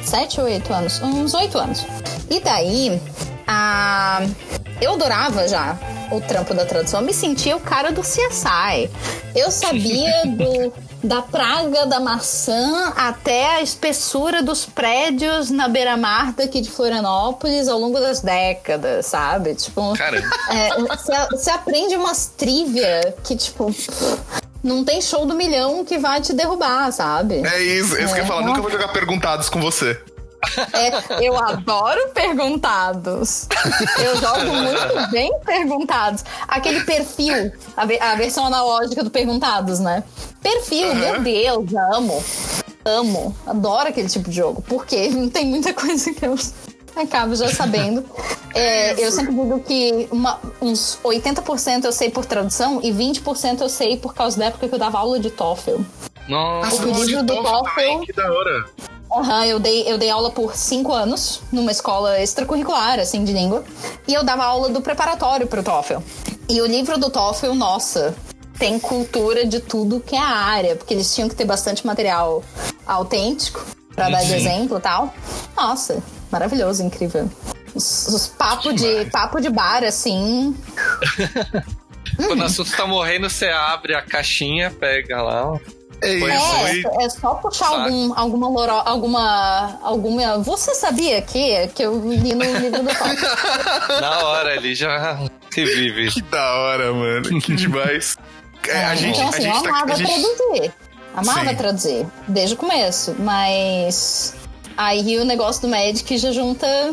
S4: 7 ou 8 anos? Uns 8 anos. E daí, eu adorava já o trampo da tradução. Eu me sentia o cara do CSI. Eu sabia da praga da maçã até a espessura dos prédios na beira-mar daqui de Florianópolis ao longo das décadas, sabe? Tipo, você aprende umas trivia que, tipo, não tem show do milhão que vai te derrubar, sabe?
S2: É isso que eu ia falar. Nunca vou jogar perguntados com você.
S4: Eu adoro perguntados. Eu jogo muito bem perguntados. Aquele perfil, a versão analógica do perguntados, né? Perfil, meu Deus, amo. Adoro aquele tipo de jogo. Porque não tem muita coisa que eu acabo já sabendo. Eu sempre digo que uns 80% eu sei por tradução e 20% eu sei por causa da época que eu dava aula de TOEFL.
S3: Nossa,
S4: o livro do TOEFL.
S2: Que da hora.
S4: Eu dei aula por 5 anos numa escola extracurricular, assim, de língua. E eu dava aula do preparatório pro TOEFL. E o livro do TOEFL, nossa, tem cultura de tudo que é a área. Porque eles tinham que ter bastante material autêntico pra dar de exemplo e tal. Nossa, maravilhoso, incrível. Os papo de bar, assim.
S3: Quando o assunto tá morrendo, você abre a caixinha, pega lá...
S4: É só puxar alguma. Você sabia que eu li no livro do TOEFL?
S3: Na hora ele já revive.
S2: Que da hora, mano. Que demais.
S4: Eu amava traduzir. Amava traduzir, desde o começo. Mas aí o negócio do Magic já junta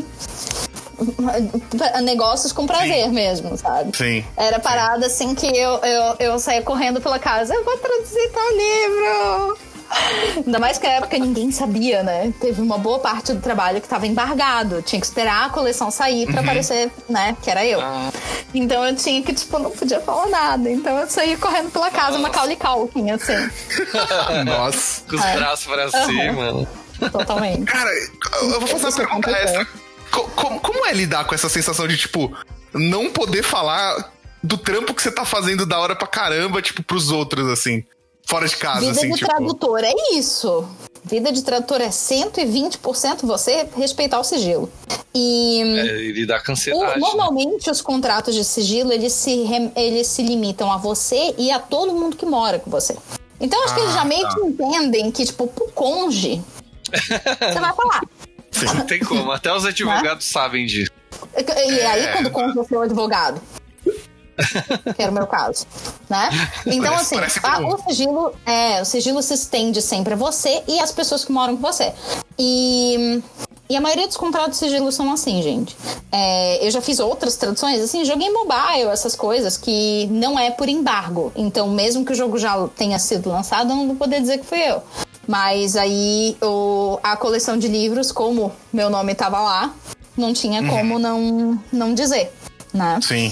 S4: negócios com prazer mesmo, sabe?
S2: Sim.
S4: Era parada assim que eu saía correndo pela casa. Eu vou traduzir tal livro. Ainda mais que na época ninguém sabia, né? Teve uma boa parte do trabalho que tava embargado. Tinha que esperar a coleção sair pra aparecer, né? Que era eu. Então eu tinha que, tipo, não podia falar nada. Então eu saía correndo pela casa, Macaulay Culkin, assim.
S2: Nossa.
S3: Com os braços pra cima.
S4: Totalmente.
S2: Cara, eu vou fazer uma pergunta extra. Como é lidar com essa sensação de, tipo, não poder falar do trampo que você tá fazendo da hora pra caramba, tipo, pros outros, assim, fora de casa,
S4: vida
S2: assim,
S4: de
S2: tipo...
S4: tradutor é isso. Vida de tradutor é 120% você respeitar o sigilo. E
S3: lidar com ansiedade.
S4: Normalmente, os contratos de sigilo, eles se limitam a você e a todo mundo que mora com você. Então, acho que eles já meio que entendem que, tipo, pro cônjuge, você vai falar.
S3: Sim. Não tem como, até os advogados sabem disso.
S4: E aí, quando conta o seu advogado? Que era o meu caso, né? Então,
S2: parece
S4: o sigilo se estende sempre a você e às pessoas que moram com você. E a maioria dos contratos de sigilo são assim, gente. Eu já fiz outras traduções, assim, joguei mobile, essas coisas, que não é por embargo. Então, mesmo que o jogo já tenha sido lançado, eu não vou poder dizer que fui eu. Mas aí a coleção de livros, como meu nome tava lá, não tinha como não dizer, né?
S2: Sim.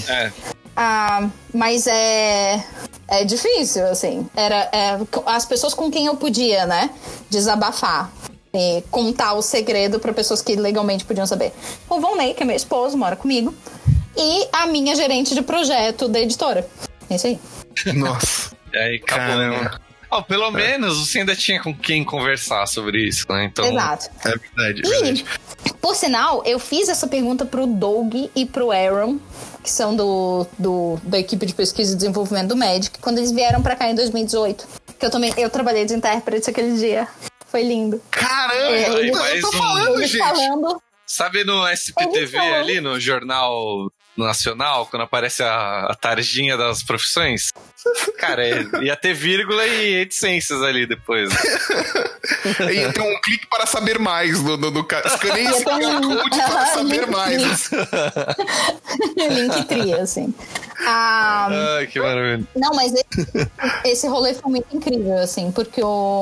S4: Mas é difícil, assim. As pessoas com quem eu podia, né, desabafar e contar o segredo para pessoas que legalmente podiam saber. O Volney, que é meu esposo, mora comigo, e a minha gerente de projeto da editora. É isso aí.
S2: Nossa.
S3: E aí, acabou. Caramba. Pelo menos você ainda tinha com quem conversar sobre isso, né? Então...
S4: Exato.
S2: É verdade.
S4: Por sinal, eu fiz essa pergunta pro Doug e pro Aaron, que são da equipe de pesquisa e desenvolvimento do Magic, quando eles vieram pra cá em 2018. Que eu trabalhei de intérprete aquele dia. Foi lindo.
S2: Caramba! Eu tô falando, gente.
S3: Sabe no SPTV ali, no Jornal Nacional, quando aparece a tarjinha das profissões? Cara, ia ter vírgula e reticências ali depois.
S2: Ia ter um clique para saber mais no escaneie esse code para saber mais.
S4: Linktree, assim.
S3: Ai, que maravilha.
S4: Não, mas esse rolê foi muito incrível, assim, porque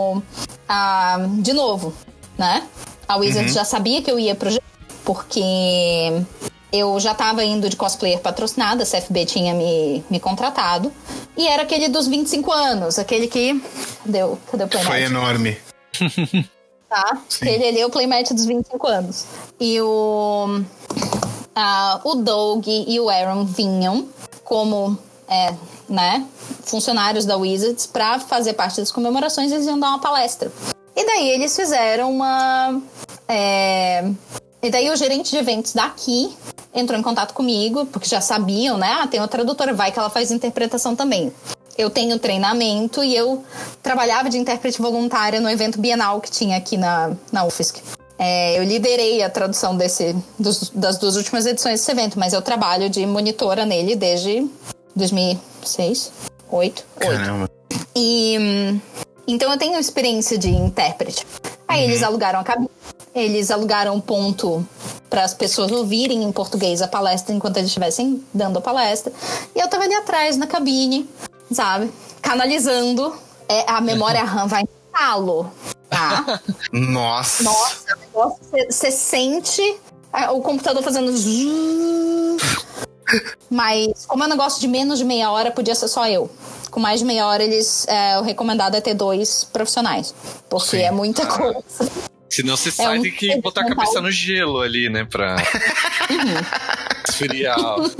S4: de novo, né? A Wizards já sabia que eu ia pro jogo, porque eu já tava indo de cosplayer patrocinada, a CFB tinha me contratado. E era aquele dos 25 anos, aquele que... Cadê o playmat?
S2: Foi enorme.
S4: Tá?
S2: Sim.
S4: Ele ali é o playmat dos 25 anos. E o Doug e o Aaron vinham como, né, funcionários da Wizards pra fazer parte das comemorações. Eles iam dar uma palestra. E daí eles fizeram E daí o gerente de eventos daqui entrou em contato comigo, porque já sabiam, né? Tem uma tradutora, vai que ela faz interpretação também. Eu tenho treinamento e eu trabalhava de intérprete voluntária no evento bienal que tinha aqui na UFSC. Eu liderei a tradução das 2 últimas edições desse evento, mas eu trabalho de monitora nele desde 2006, 2008.
S2: Caramba.
S4: E então eu tenho experiência de intérprete. Aí eles alugaram a cabine, eles alugaram um ponto para as pessoas ouvirem em português a palestra enquanto eles estivessem dando a palestra. E eu tava ali atrás na cabine, sabe? Canalizando. A memória RAM vai em talo, tá?
S2: Nossa,
S4: Você sente o computador fazendo zoom. Mas como é um negócio de menos de meia hora, podia ser só eu. Com mais de meia hora, o recomendado é ter 2 profissionais. Porque é muita coisa.
S3: Senão você sai tem que botar a cabeça no gelo ali, né? Pra esfriar.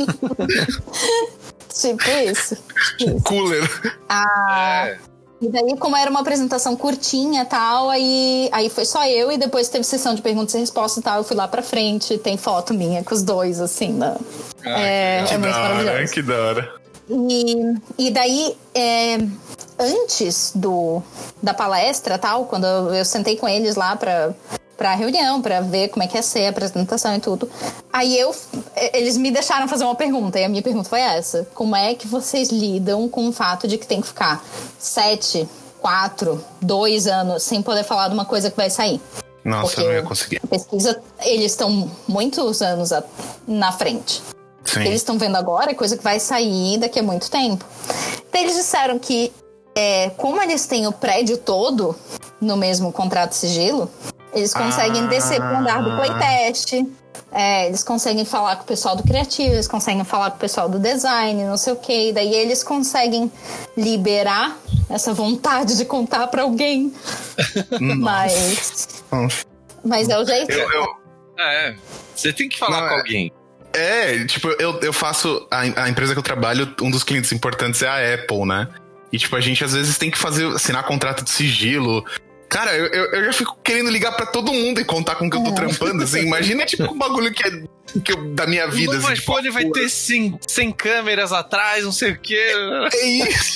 S4: Tipo isso.
S2: Cooler.
S4: E daí, como era uma apresentação curtinha e tal, aí foi só eu, e depois teve sessão de perguntas e respostas e tal. Eu fui lá pra frente, tem foto minha com os 2, assim, né? É muito maravilhoso.
S2: Que da hora.
S4: E daí, antes da palestra tal, quando eu sentei com eles lá pra reunião, pra ver como é que ia ser a apresentação e tudo, aí eles me deixaram fazer uma pergunta, e a minha pergunta foi essa: como é que vocês lidam com o fato de que tem que ficar 7, 4, 2 anos sem poder falar de uma coisa que vai sair?
S2: Nossa, eu não ia conseguir.
S4: A pesquisa, eles estão muitos anos na frente.
S2: Sim.
S4: Eles estão vendo agora é coisa que vai sair daqui a muito tempo. Então eles disseram que como eles têm o prédio todo no mesmo contrato de sigilo, eles conseguem descer pro andar do playtest, eles conseguem falar com o pessoal do criativo, eles conseguem falar com o pessoal do design, não sei o que, e daí eles conseguem liberar essa vontade de contar pra alguém. Mas é o jeito.
S3: Você tem que falar com alguém.
S2: Tipo, eu faço... A empresa que eu trabalho, um dos clientes importantes é a Apple, né? E, tipo, a gente às vezes tem que assinar contrato de sigilo. Cara, eu já fico querendo ligar pra todo mundo e contar com o que eu tô trampando, assim. Imagina, tipo, um bagulho da minha vida.
S3: O iPhone vai ter 100 câmeras atrás, não sei o quê.
S2: É isso.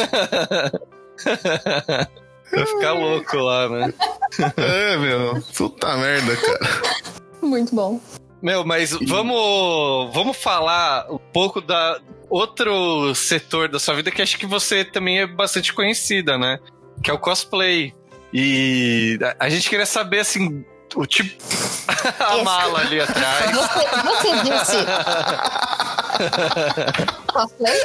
S3: Vai ficar louco lá, né?
S2: Meu. Puta merda, cara.
S4: Muito bom.
S3: Mas vamos falar um pouco da outro setor da sua vida que acho que você também é bastante conhecida, né? Que é o cosplay. E a gente queria saber, assim, o tipo... a mala ali atrás.
S4: Você disse... cosplay?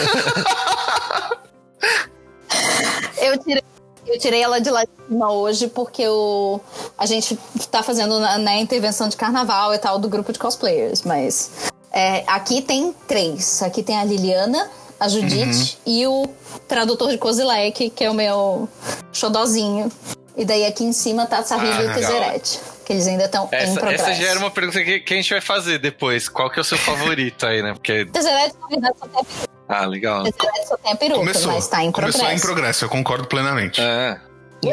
S4: Eu tirei ela de lá de cima hoje porque a gente tá fazendo na intervenção de carnaval e tal do grupo de cosplayers, mas aqui tem 3. Aqui tem a Liliana, a Judite e o tradutor de Kozilek, que é o meu xodozinho. E daí aqui em cima tá a Sarrilha e o Tezzeret, que eles ainda estão em progresso.
S3: Essa já era uma pergunta que a gente vai fazer depois. Qual que é o seu favorito aí, né? Porque...
S4: Tezzeret, na verdade, só tem a peruca.
S3: Legal.
S4: Tezzeret só tem a peruca, mas tá em progresso.
S2: Começou em progresso, eu concordo plenamente.
S3: Eu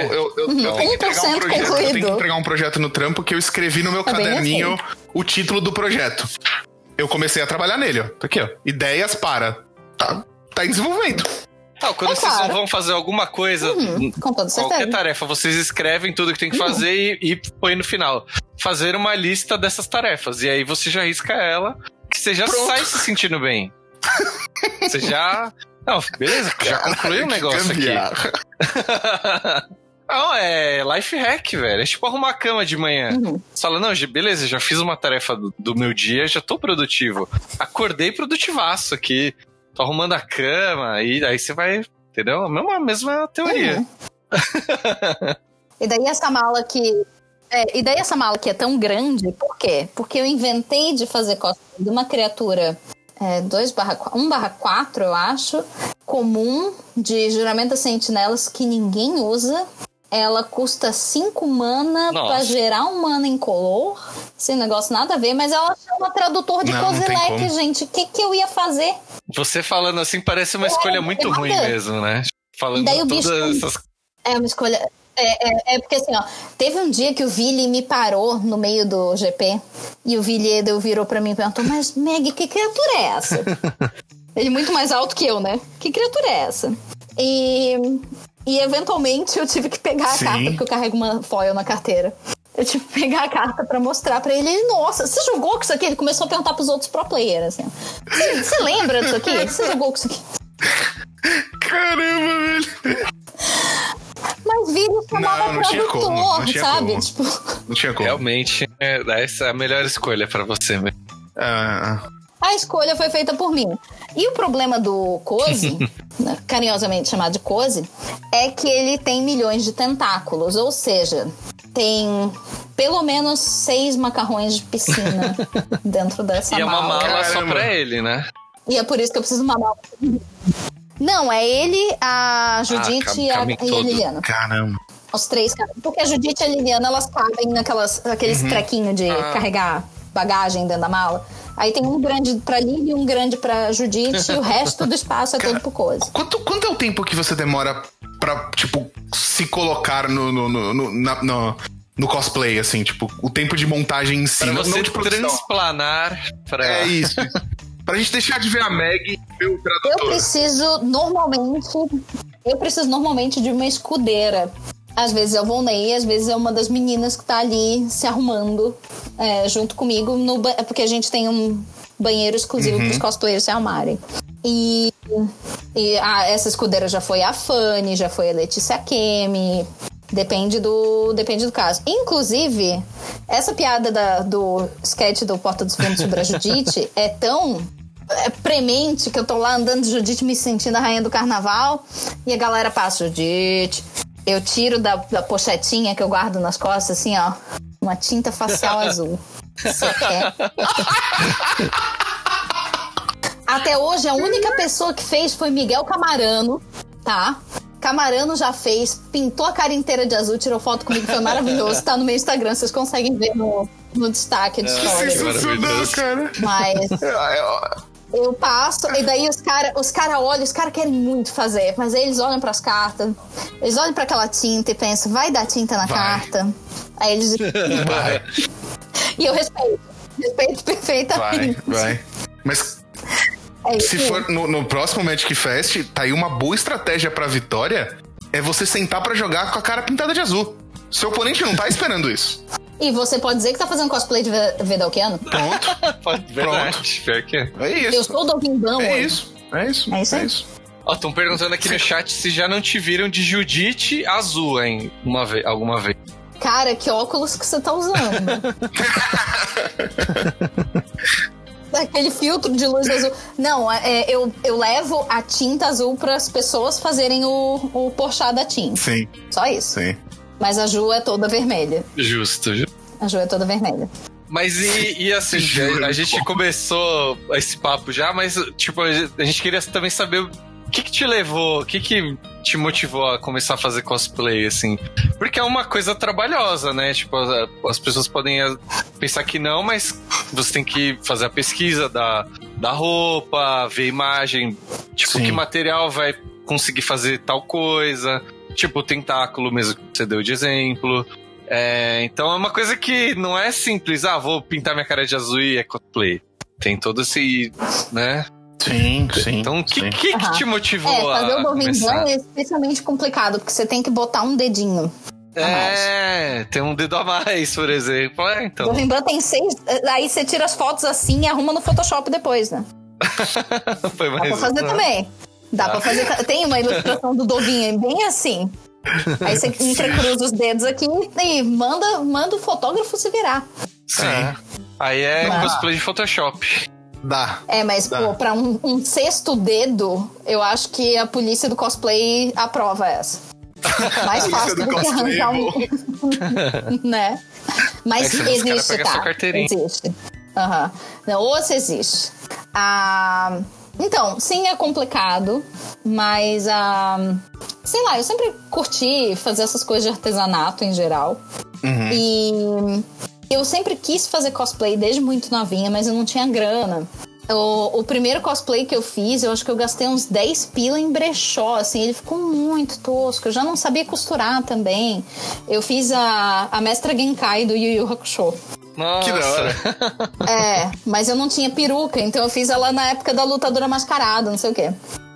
S2: tenho que entregar um projeto no trampo que eu escrevi no meu caderninho
S4: assim.
S2: o título do projeto. Eu comecei a trabalhar nele, ó. Tá aqui, ó. Ideias para. Tá em desenvolvimento.
S3: Quando vocês vão fazer alguma coisa,
S4: com toda certeza.
S3: Qualquer tarefa, vocês escrevem tudo que tem que fazer e põe no final. Fazer uma lista dessas tarefas. E aí você já risca ela, que você já sai se sentindo bem. Você já... Não, beleza, já concluiu o negócio aqui. Não, é life hack, velho. É tipo arrumar a cama de manhã. Você fala, não, beleza, já fiz uma tarefa do meu dia, já tô produtivo. Acordei produtivaço aqui. Tô arrumando a cama, e aí você vai, entendeu? A mesma teoria.
S4: E daí essa mala que... é tão grande, por quê? Porque eu inventei de fazer cosplay de uma criatura 1/4, eu acho, comum, de Juramento das Sentinelas, que ninguém usa. Ela custa 5 mana pra gerar um mana incolor. Esse negócio nada a ver, mas ela chama tradutor de Kozilek, gente. O que eu ia fazer?
S3: Você falando assim parece uma escolha muito ruim mesmo, né? Falando
S4: daí o
S3: todas
S4: bicho
S3: essas...
S4: É uma escolha... É porque assim, ó, teve um dia que o Vili me parou no meio do GP e o Viliedo virou pra mim e perguntou, mas Meg, que criatura é essa? Ele muito mais alto que eu, né? Que criatura é essa? E eventualmente eu tive que pegar a carta, porque eu carrego uma foil na carteira. Eu tive que pegar a carta pra mostrar pra ele. Ele, nossa, você jogou com isso aqui? Ele começou a perguntar pros outros pro players, assim. Você lembra disso aqui? Você jogou com isso aqui?
S2: Caramba, velho.
S4: Mas Vili chamava
S2: não tinha
S4: tradutor,
S2: como, não tinha
S4: sabe?
S2: como.
S4: Tipo...
S2: Não tinha como.
S3: Realmente, essa é a melhor escolha pra você, mesmo.
S4: A escolha foi feita por mim. E o problema do Cozy, carinhosamente chamado de Cozy, é que ele tem milhões de tentáculos. Ou seja, tem pelo menos 6 macarrões de piscina dentro dessa mala.
S3: E é uma mala só pra ele, né?
S4: E é por isso que eu preciso de uma mala. Não, é ele, a Judite e a Liliana.
S2: Caramba.
S4: Os 3 caras. Porque a Judite e a Liliana, elas cabem naqueles trequinhos de carregar bagagem dentro da mala. Aí tem um grande pra Lili, um grande pra Judite e o resto do espaço é todo pro Cozy.
S2: Quanto é o tempo que você demora pra, tipo, se colocar no cosplay, assim? Tipo, o tempo de montagem em si.
S3: Pra você
S2: de produção.
S3: Transplanar pra...
S2: É isso. Pra gente deixar de ver a Meg e ver o tradutor.
S4: Eu preciso normalmente de uma escudeira. Às vezes é o Volney, às vezes é uma das meninas que tá ali se arrumando junto comigo. Porque a gente tem um banheiro exclusivo pros cosplayers se arrumarem. E essa escudeira já foi a Fanny, já foi a Letícia Kemi. Depende do caso. Inclusive, essa piada do sketch do Porta dos Fundos sobre a Judite é tão premente que eu tô lá andando de Judite me sentindo a rainha do carnaval e a galera passa, Judite. Eu tiro da pochetinha que eu guardo nas costas, assim, ó, uma tinta facial azul. Você quer? Até hoje, a única pessoa que fez foi Miguel Camarano, tá? Camarano já fez, pintou a cara inteira de azul, tirou foto comigo, foi maravilhoso. Tá no meu Instagram, vocês conseguem ver no destaque de história.
S2: Sensacional, cara.
S4: Mas... eu passo, e daí os cara olham, os caras querem muito fazer, mas aí eles olham pras cartas, eles olham pra aquela tinta e pensam, vai dar tinta na carta? Aí eles
S2: vai.
S4: E eu respeito perfeitamente.
S2: Vai. Mas se for no próximo Magic Fest, tá aí uma boa estratégia pra vitória, é você sentar pra jogar com a cara pintada de azul. Seu oponente não tá esperando isso.
S4: E você pode dizer que tá fazendo cosplay de Vedalkiano?
S2: Pronto.
S3: Verdade, pior que é.
S2: É isso.
S4: Eu sou o Dovimbão
S2: É
S4: hoje.
S2: isso. É isso.
S3: Ó, estão perguntando aqui no chat se já não te viram de Judite azul, hein? Alguma vez.
S4: Cara, que óculos que você tá usando? Aquele filtro de luz azul. Não, eu levo a tinta azul para as pessoas fazerem o porchá da tinta.
S2: Sim.
S4: Só isso.
S2: Sim.
S4: Mas a Ju é toda vermelha.
S3: Justo.
S4: A Ju é toda vermelha.
S3: Mas e assim, a gente começou esse papo já, mas tipo, a gente queria também saber o que te levou, o que te motivou a começar a fazer cosplay, assim? Porque é uma coisa trabalhosa, né? Tipo, as pessoas podem pensar que não, mas você tem que fazer a pesquisa da roupa, ver a imagem, tipo,
S2: Sim.
S3: que material vai conseguir fazer tal coisa, tipo o tentáculo mesmo que você deu de exemplo. Então é uma coisa que não é simples, vou pintar minha cara de azul e é cosplay. Tem todo esse, né?
S2: Sim.
S3: Então, o que te motivou
S4: fazer
S3: a
S4: o Dovimbão
S3: começar?
S4: é especialmente complicado, porque você tem que botar um dedinho a mais.
S3: Tem um dedo a mais, por exemplo. Então.
S4: Dovimbão tem 6, aí você tira as fotos assim e arruma no Photoshop depois, né?
S3: Foi mais
S4: Dá pra fazer também. Dá pra fazer. Tem uma ilustração do Dovinho bem assim. Aí você entrecruza os dedos aqui e manda o fotógrafo se virar.
S3: Sim. Aí é cosplay de Photoshop.
S2: Dá.
S4: Mas, pô, pra um sexto dedo, eu acho que a polícia do cosplay aprova essa. Mais fácil do que arrancar né? Mas existe, tá? Existe. Não, ouça, existe. Então, sim, é complicado, mas sei lá, eu sempre curti fazer essas coisas de artesanato em geral. E eu sempre quis fazer cosplay desde muito novinha, mas eu não tinha grana. O primeiro cosplay que eu fiz, eu acho que eu gastei uns 10 pila em brechó, assim, ele ficou muito tosco, eu já não sabia costurar também. Eu fiz a Mestra Genkai do Yu Yu Hakusho.
S3: Nossa.
S2: Que da hora.
S4: Mas eu não tinha peruca, então eu fiz ela na época da lutadora mascarada, não sei o quê.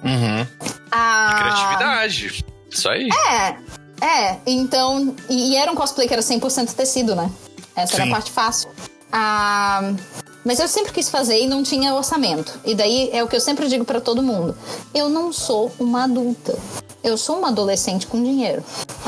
S3: Criatividade. Isso aí.
S4: Então... E era um cosplay que era 100% tecido, né? Essa era a parte fácil. Mas eu sempre quis fazer e não tinha orçamento. E daí é o que eu sempre digo pra todo mundo. Eu não sou uma adulta. Eu sou uma adolescente com dinheiro.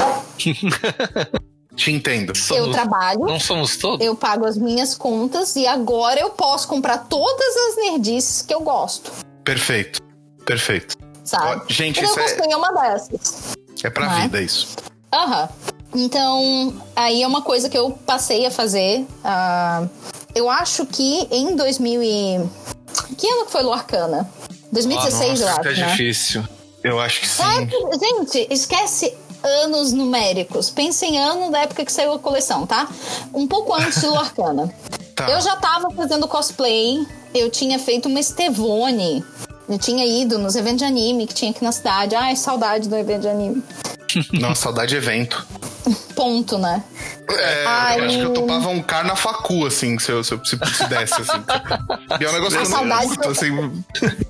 S2: Te entendo.
S4: Eu trabalho.
S3: Não somos todos?
S4: Eu pago as minhas contas e agora eu posso comprar todas as nerdices que eu gosto.
S2: Perfeito.
S4: Sabe?
S2: Gente,
S4: eu
S2: isso
S4: gostei uma dessas.
S2: é pra vida, isso.
S4: Então, aí é uma coisa que eu passei a fazer. Eu acho que em 2000 e... Que ano que foi Lorcana? 2016, eu acho,
S3: É difícil.
S2: Eu acho que sim.
S4: Gente, esquece anos numéricos. Pensa em ano da época que saiu a coleção, tá? Um pouco antes de Lorcana.
S2: Tá.
S4: Eu já tava fazendo cosplay. Eu tinha feito uma Estevone. Eu tinha ido nos eventos de anime que tinha aqui na cidade. Ai, saudade do evento de anime.
S2: Nossa, saudade de evento.
S4: Ponto, né?
S2: Eu acho que eu topava um car na facu, assim, se desse, assim. E é um negócio que eu não curto, assim.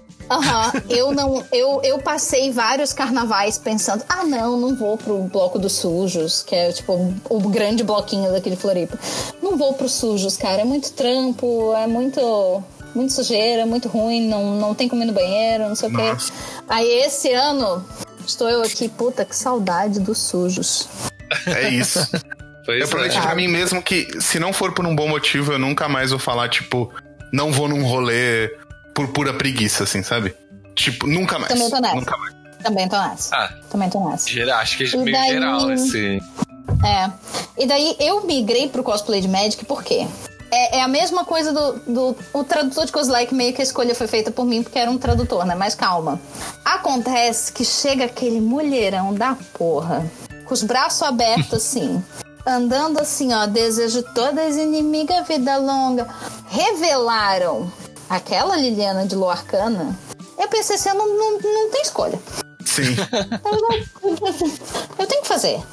S2: Eu passei vários carnavais pensando, não vou pro bloco dos sujos, que é tipo o grande bloquinho daquele Floripa. Não vou pros sujos, cara, é muito trampo, é muito sujeira, muito ruim, não tem como ir no banheiro, não sei o quê. Aí esse ano, estou eu aqui, puta, que saudade dos sujos. É isso. Eu prometi pra mim mesmo que, se não for por um bom motivo, eu nunca mais vou falar, tipo, não vou num rolê por pura preguiça, assim, sabe? Tipo, nunca mais.
S4: Também tô nessa.
S2: Nunca mais.
S4: Também tô nessa.
S3: Acho que é meio geral esse...
S4: E daí eu migrei pro cosplay de Magic, por quê? É a mesma coisa o tradutor de cosplay, que meio que a escolha foi feita por mim, porque era um tradutor, né? Mas calma. Acontece que chega aquele mulherão da porra, com os braços abertos assim, andando assim, ó, desejo todas inimigas, vida longa. Revelaram aquela Liliana de Lorcana. Eu pensei assim, não tem escolha.
S2: Sim.
S4: Eu tenho que fazer.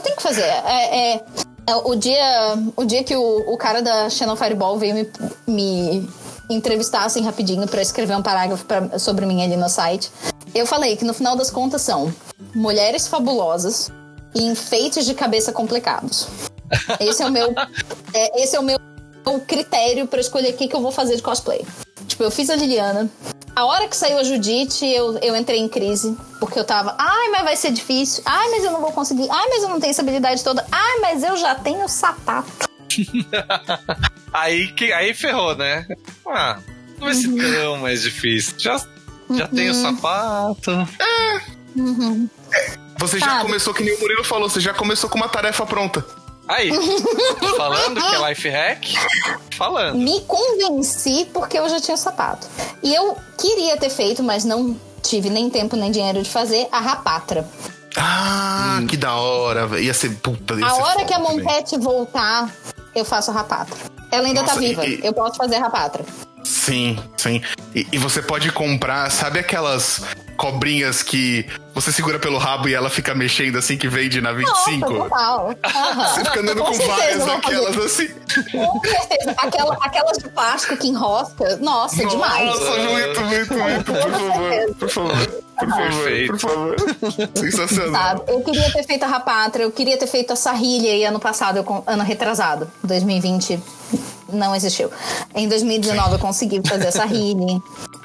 S4: O dia que o cara da Channel Fireball veio me entrevistar assim rapidinho pra escrever um parágrafo sobre mim ali no site, eu falei que no final das contas são mulheres fabulosas e enfeites de cabeça complicados. Esse é o meu critério pra escolher o que eu vou fazer de cosplay. Tipo, eu fiz a Liliana. A hora que saiu a Judite, eu entrei em crise. Porque eu tava, mas vai ser difícil. Mas eu não vou conseguir. Mas eu não tenho essa habilidade toda. Mas eu já tenho sapato.
S3: Aí ferrou, né? Não vai ser tão mais difícil. Já tenho sapato.
S2: Você já começou, que nem o Murilo falou, você já começou com uma tarefa pronta.
S3: Aí, falando que é life hack, falando.
S4: Me convenci porque eu já tinha sapato. E eu queria ter feito, mas não tive nem tempo nem dinheiro de fazer, a Rapatra.
S2: Que da hora, ia ser puta.
S4: A hora que a Montete voltar, eu faço a Rapatra. Ela ainda tá viva, eu posso fazer a Rapatra.
S2: Sim. E você pode comprar, sabe aquelas cobrinhas que você segura pelo rabo e ela fica mexendo assim, que vende na 25?
S4: Nossa, total.
S2: Você fica andando com várias daquelas assim.
S4: Com certeza. Aquelas de plástico que enrosca. Nossa, demais.
S2: Nossa, muito. Por favor. Sensacional.
S4: Sabe? Eu queria ter feito a Rapatra, eu queria ter feito a Sarrilha e ano passado, ano retrasado, 2020, não existiu. Em 2019 eu consegui fazer a Sarrilha.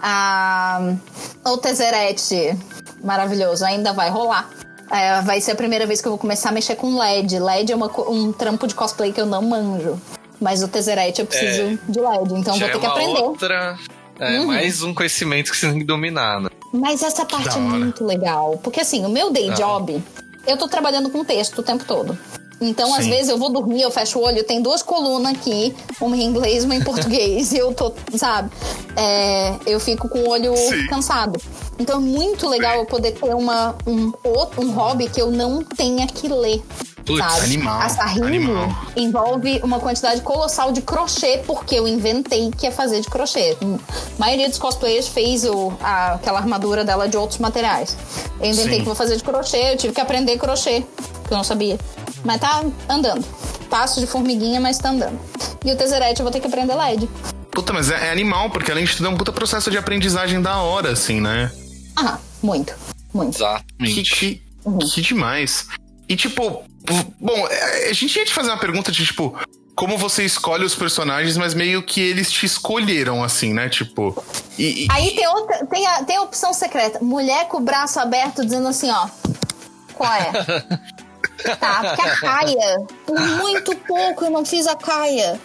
S4: O Tezzeret, maravilhoso, ainda vai rolar. Vai ser a primeira vez que eu vou começar a mexer com LED. LED é um trampo de cosplay que eu não manjo. Mas o Tezzeret eu preciso de LED, então vou ter que aprender.
S3: Mais um conhecimento que você tem que dominar, né?
S4: Mas essa parte é muito legal. Porque assim, o meu day job, eu tô trabalhando com texto o tempo todo. Então, às vezes, eu vou dormir, eu fecho o olho, tem 2 colunas aqui, uma em inglês e uma em português. E eu tô, sabe? Eu fico com o olho cansado. Então, é muito legal eu poder ter um hobby que eu não tenha que ler.
S3: Putz,
S4: sabe?
S2: animal,
S4: A Sahili envolve uma quantidade colossal de crochê, porque eu inventei que ia fazer de crochê. A maioria dos cosplayers fez aquela armadura dela de outros materiais. Eu inventei que vou fazer de crochê, eu tive que aprender crochê, que eu não sabia. Mas tá andando. Passo de formiguinha, mas tá andando. E o Tezzeret eu vou ter que aprender LED.
S2: Puta, mas é animal, porque além de tudo é um puta processo de aprendizagem da hora, assim, né?
S4: Aham, muito.
S3: Exatamente.
S2: Que demais. E, tipo, bom, a gente ia te fazer uma pergunta de, tipo, como você escolhe os personagens, mas meio que eles te escolheram, assim, né? Tipo.
S4: Aí tem a opção secreta. Mulher com o braço aberto dizendo assim, ó. Qual é? Tá, porque a Kaia, por muito pouco eu não fiz a Kaia.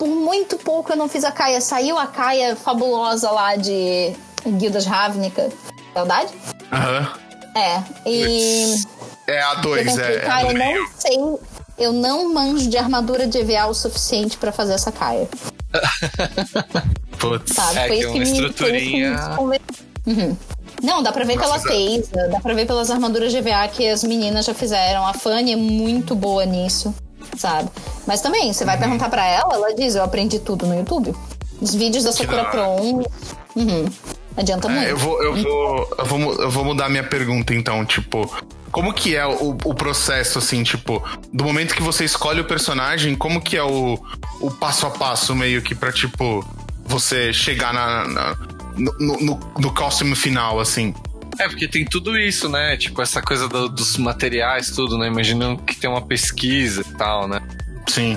S4: Saiu a Kaia fabulosa lá de Guildas Ravnica. Verdade?
S2: Aham.
S4: E...
S2: É a 2,
S4: Cara, eu não sei. Eu não manjo de armadura de EVA o suficiente pra fazer essa Kaia.
S2: Putz.
S4: Sabe?
S3: Que é uma estruturinha...
S4: Não, dá pra ver pela Teisa, dá pra ver pelas armaduras de EVA que as meninas já fizeram. A Fanny é muito boa nisso, sabe? Mas também, você vai perguntar pra ela diz, eu aprendi tudo no YouTube. Os vídeos da Sakura Pro 1... Adianta muito.
S2: Eu vou mudar minha pergunta, então, tipo... Como que é o processo, assim, tipo... Do momento que você escolhe o personagem, como que é o passo a passo, meio que pra, tipo... Você chegar no costume final, assim?
S3: Porque tem tudo isso, né? Tipo, essa coisa dos materiais, tudo, né? Imaginando que tem uma pesquisa e tal, né?
S2: Sim.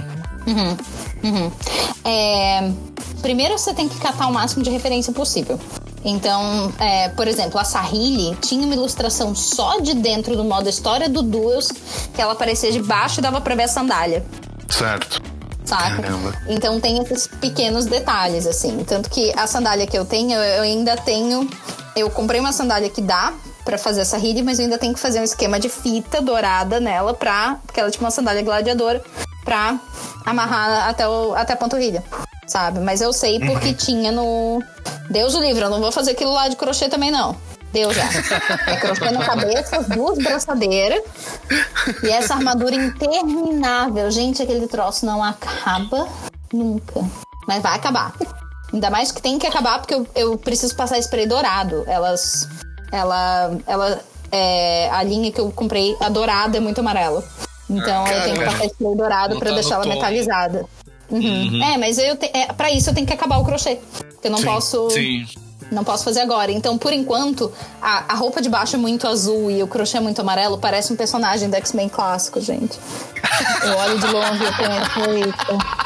S4: Primeiro você tem que catar o máximo de referência possível. Então, por exemplo, a Sahili tinha uma ilustração só de dentro do modo história do Duels, que ela aparecia de baixo e dava pra ver a sandália.
S2: Certo.
S4: Saca?
S2: Caramba.
S4: Então tem esses pequenos detalhes, assim. Tanto que a sandália que eu tenho, eu ainda tenho... Eu comprei uma sandália que dá pra fazer essa Sahili, mas eu ainda tenho que fazer um esquema de fita dourada nela porque ela tinha uma sandália gladiadora pra amarrar até a panturrilha, sabe? Mas eu sei porque tinha no... Deus o livre, eu não vou fazer aquilo lá de crochê também, não. Deu já. É crochê na cabeça, 2 braçadeiras e essa armadura interminável. Gente, aquele troço não acaba nunca. Mas vai acabar. Ainda mais que tem que acabar porque eu preciso passar spray dourado. A linha que eu comprei, a dourada, é muito amarela. Então eu tenho que passar spray dourado pra deixar ela metalizada. Mas pra isso eu tenho que acabar o crochê. Porque eu não posso...
S3: Sim.
S4: Não posso fazer agora. Então, por enquanto, a roupa de baixo é muito azul e o crochê é muito amarelo. Parece um personagem do X-Men clássico, gente. Eu olho de longe e eu penso...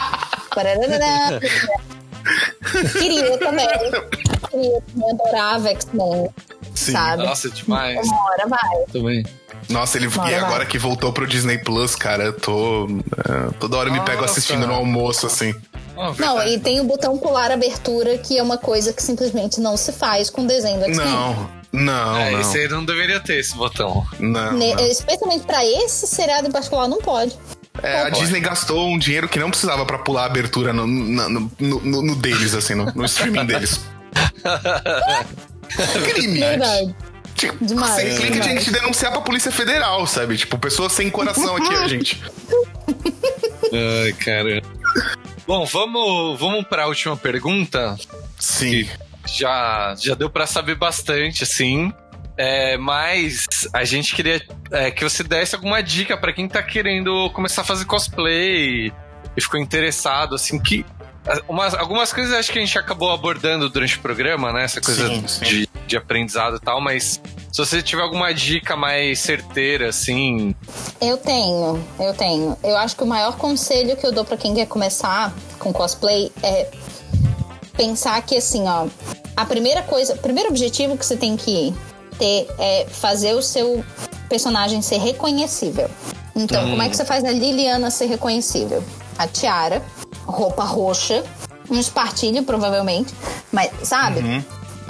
S4: Queria também. Eu adorava X-Men.
S2: Sim.
S4: Sabe?
S3: Nossa, demais.
S4: Uma hora vai.
S3: Também.
S2: Nossa, e agora que voltou pro Disney Plus, cara, eu tô... toda hora eu me pego assistindo no almoço, assim.
S4: Não, e tem o botão pular abertura, que é uma coisa que simplesmente não se faz com desenho do X-Men.
S2: Não.
S3: Esse aí não deveria ter esse botão.
S2: Não.
S4: Especialmente pra esse seriado em particular, não pode.
S2: A Disney gastou um dinheiro que não precisava pra pular a abertura no deles, assim, no streaming deles. Crime.
S4: Verdade.
S2: Tipo,
S4: Demais,
S2: você clica de a gente denunciar pra Polícia Federal, sabe? Tipo, pessoa sem coração aqui, a gente.
S3: Ai, cara. Bom, vamos pra última pergunta.
S2: Sim.
S3: Que já deu pra saber bastante, assim. Mas a gente queria que você desse alguma dica pra quem tá querendo começar a fazer cosplay e ficou interessado, assim, que... Algumas coisas acho que a gente acabou abordando durante o programa, né? Essa coisa de aprendizado e tal, mas se você tiver alguma dica mais certeira, assim... Eu tenho.
S4: Eu acho que o maior conselho que eu dou pra quem quer começar com cosplay é pensar que, assim, ó... O primeiro objetivo que você tem que ter é fazer o seu personagem ser reconhecível. Então, como é que você faz a Liliana ser reconhecível? A tiara, roupa roxa, um espartilho, provavelmente. Mas, sabe?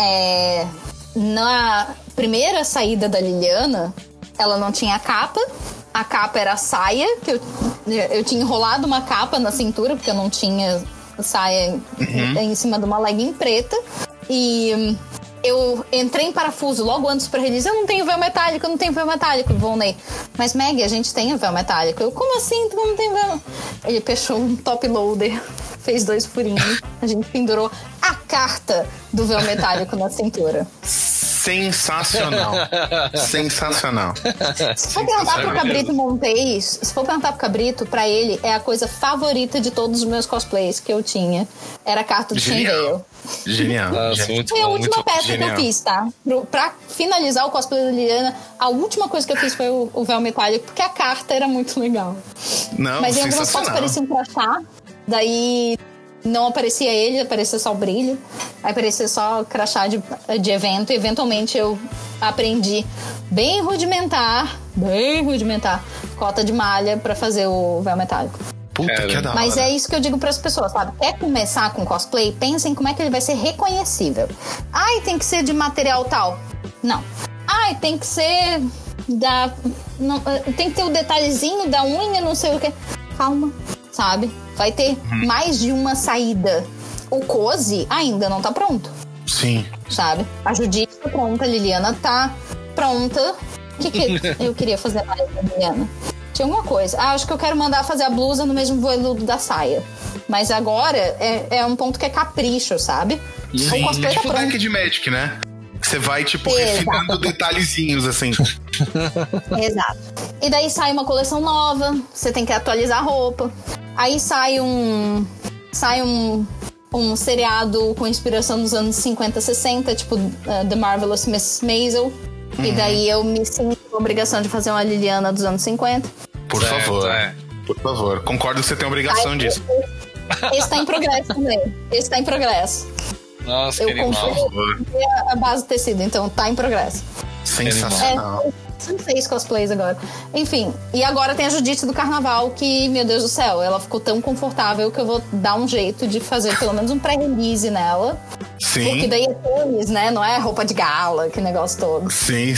S4: Na primeira saída da Liliana, ela não tinha capa. A capa era a saia, que eu tinha enrolado uma capa na cintura, porque eu não tinha saia em cima de uma legging preta. E eu entrei em parafuso logo antes pra release. Eu não tenho véu metálico, eu não tenho véu metálico, Volney. Mas, Meg, a gente tem o véu metálico. Eu, como assim? Tu não tem véu? Ele fechou um top loader, fez 2 furinhos. A gente pendurou a carta do véu metálico na cintura.
S2: Sensacional. Sensacional.
S4: Se for perguntar pro Cabrito Montes, se for perguntar pro Cabrito, pra ele é a coisa favorita de todos os meus cosplays que eu tinha. Era a carta do Shenheil.
S2: Genial.
S4: Foi a última peça que eu fiz, tá? Pra finalizar o cosplay da Liliana, a última coisa que eu fiz foi o véu metálico, porque a carta era muito legal.
S2: Não,
S4: mas em algumas fotos parecia um crachá, daí não aparecia ele, aparecia só o brilho, aí aparecia só crachá de evento, e eventualmente eu aprendi bem rudimentar, cota de malha pra fazer o véu metálico.
S2: Puta, que da hora.
S4: Mas é isso que eu digo pras pessoas, sabe? Quer começar com cosplay? Pensem como é que ele vai ser reconhecível. Ai, tem que ser de material tal. Não. Ai, tem que ser não, tem que ter o detalhezinho da unha, não sei o que. Calma, sabe? Vai ter mais de uma saída. O Cozy ainda não tá pronto.
S2: Sim.
S4: Sabe? A Judite tá pronta, a Liliana tá pronta. O que eu queria fazer mais da Liliana? Tinha alguma coisa. Acho que eu quero mandar fazer a blusa no mesmo veludo da saia. Mas agora é um ponto que é capricho, sabe?
S2: Sim,
S4: o cosplay
S2: tipo
S4: tá pronto.
S2: deck de Magic, né? Você vai, tipo, refinando detalhezinhos, assim.
S4: Exato. E daí sai uma coleção nova, você tem que atualizar a roupa. Aí sai um seriado com inspiração dos anos 50, 60, tipo The Marvelous Mrs. Maisel. E daí eu me sinto com a obrigação de fazer uma Liliana dos anos 50.
S2: Por favor. Por favor. Concordo que você tem a obrigação disso.
S4: Esse tá em progresso também. Esse tá em progresso.
S3: Nossa,
S4: eu
S3: que animal.
S4: comprei a base do tecido, então tá em progresso.
S2: Sensacional.
S4: São 6 cosplays agora. Enfim, e agora tem a Judite do Carnaval, que, meu Deus do céu, ela ficou tão confortável que eu vou dar um jeito de fazer pelo menos um pré-release nela.
S2: Sim.
S4: Porque daí é tênis, né? Não é roupa de gala, que negócio todo.
S2: Sim.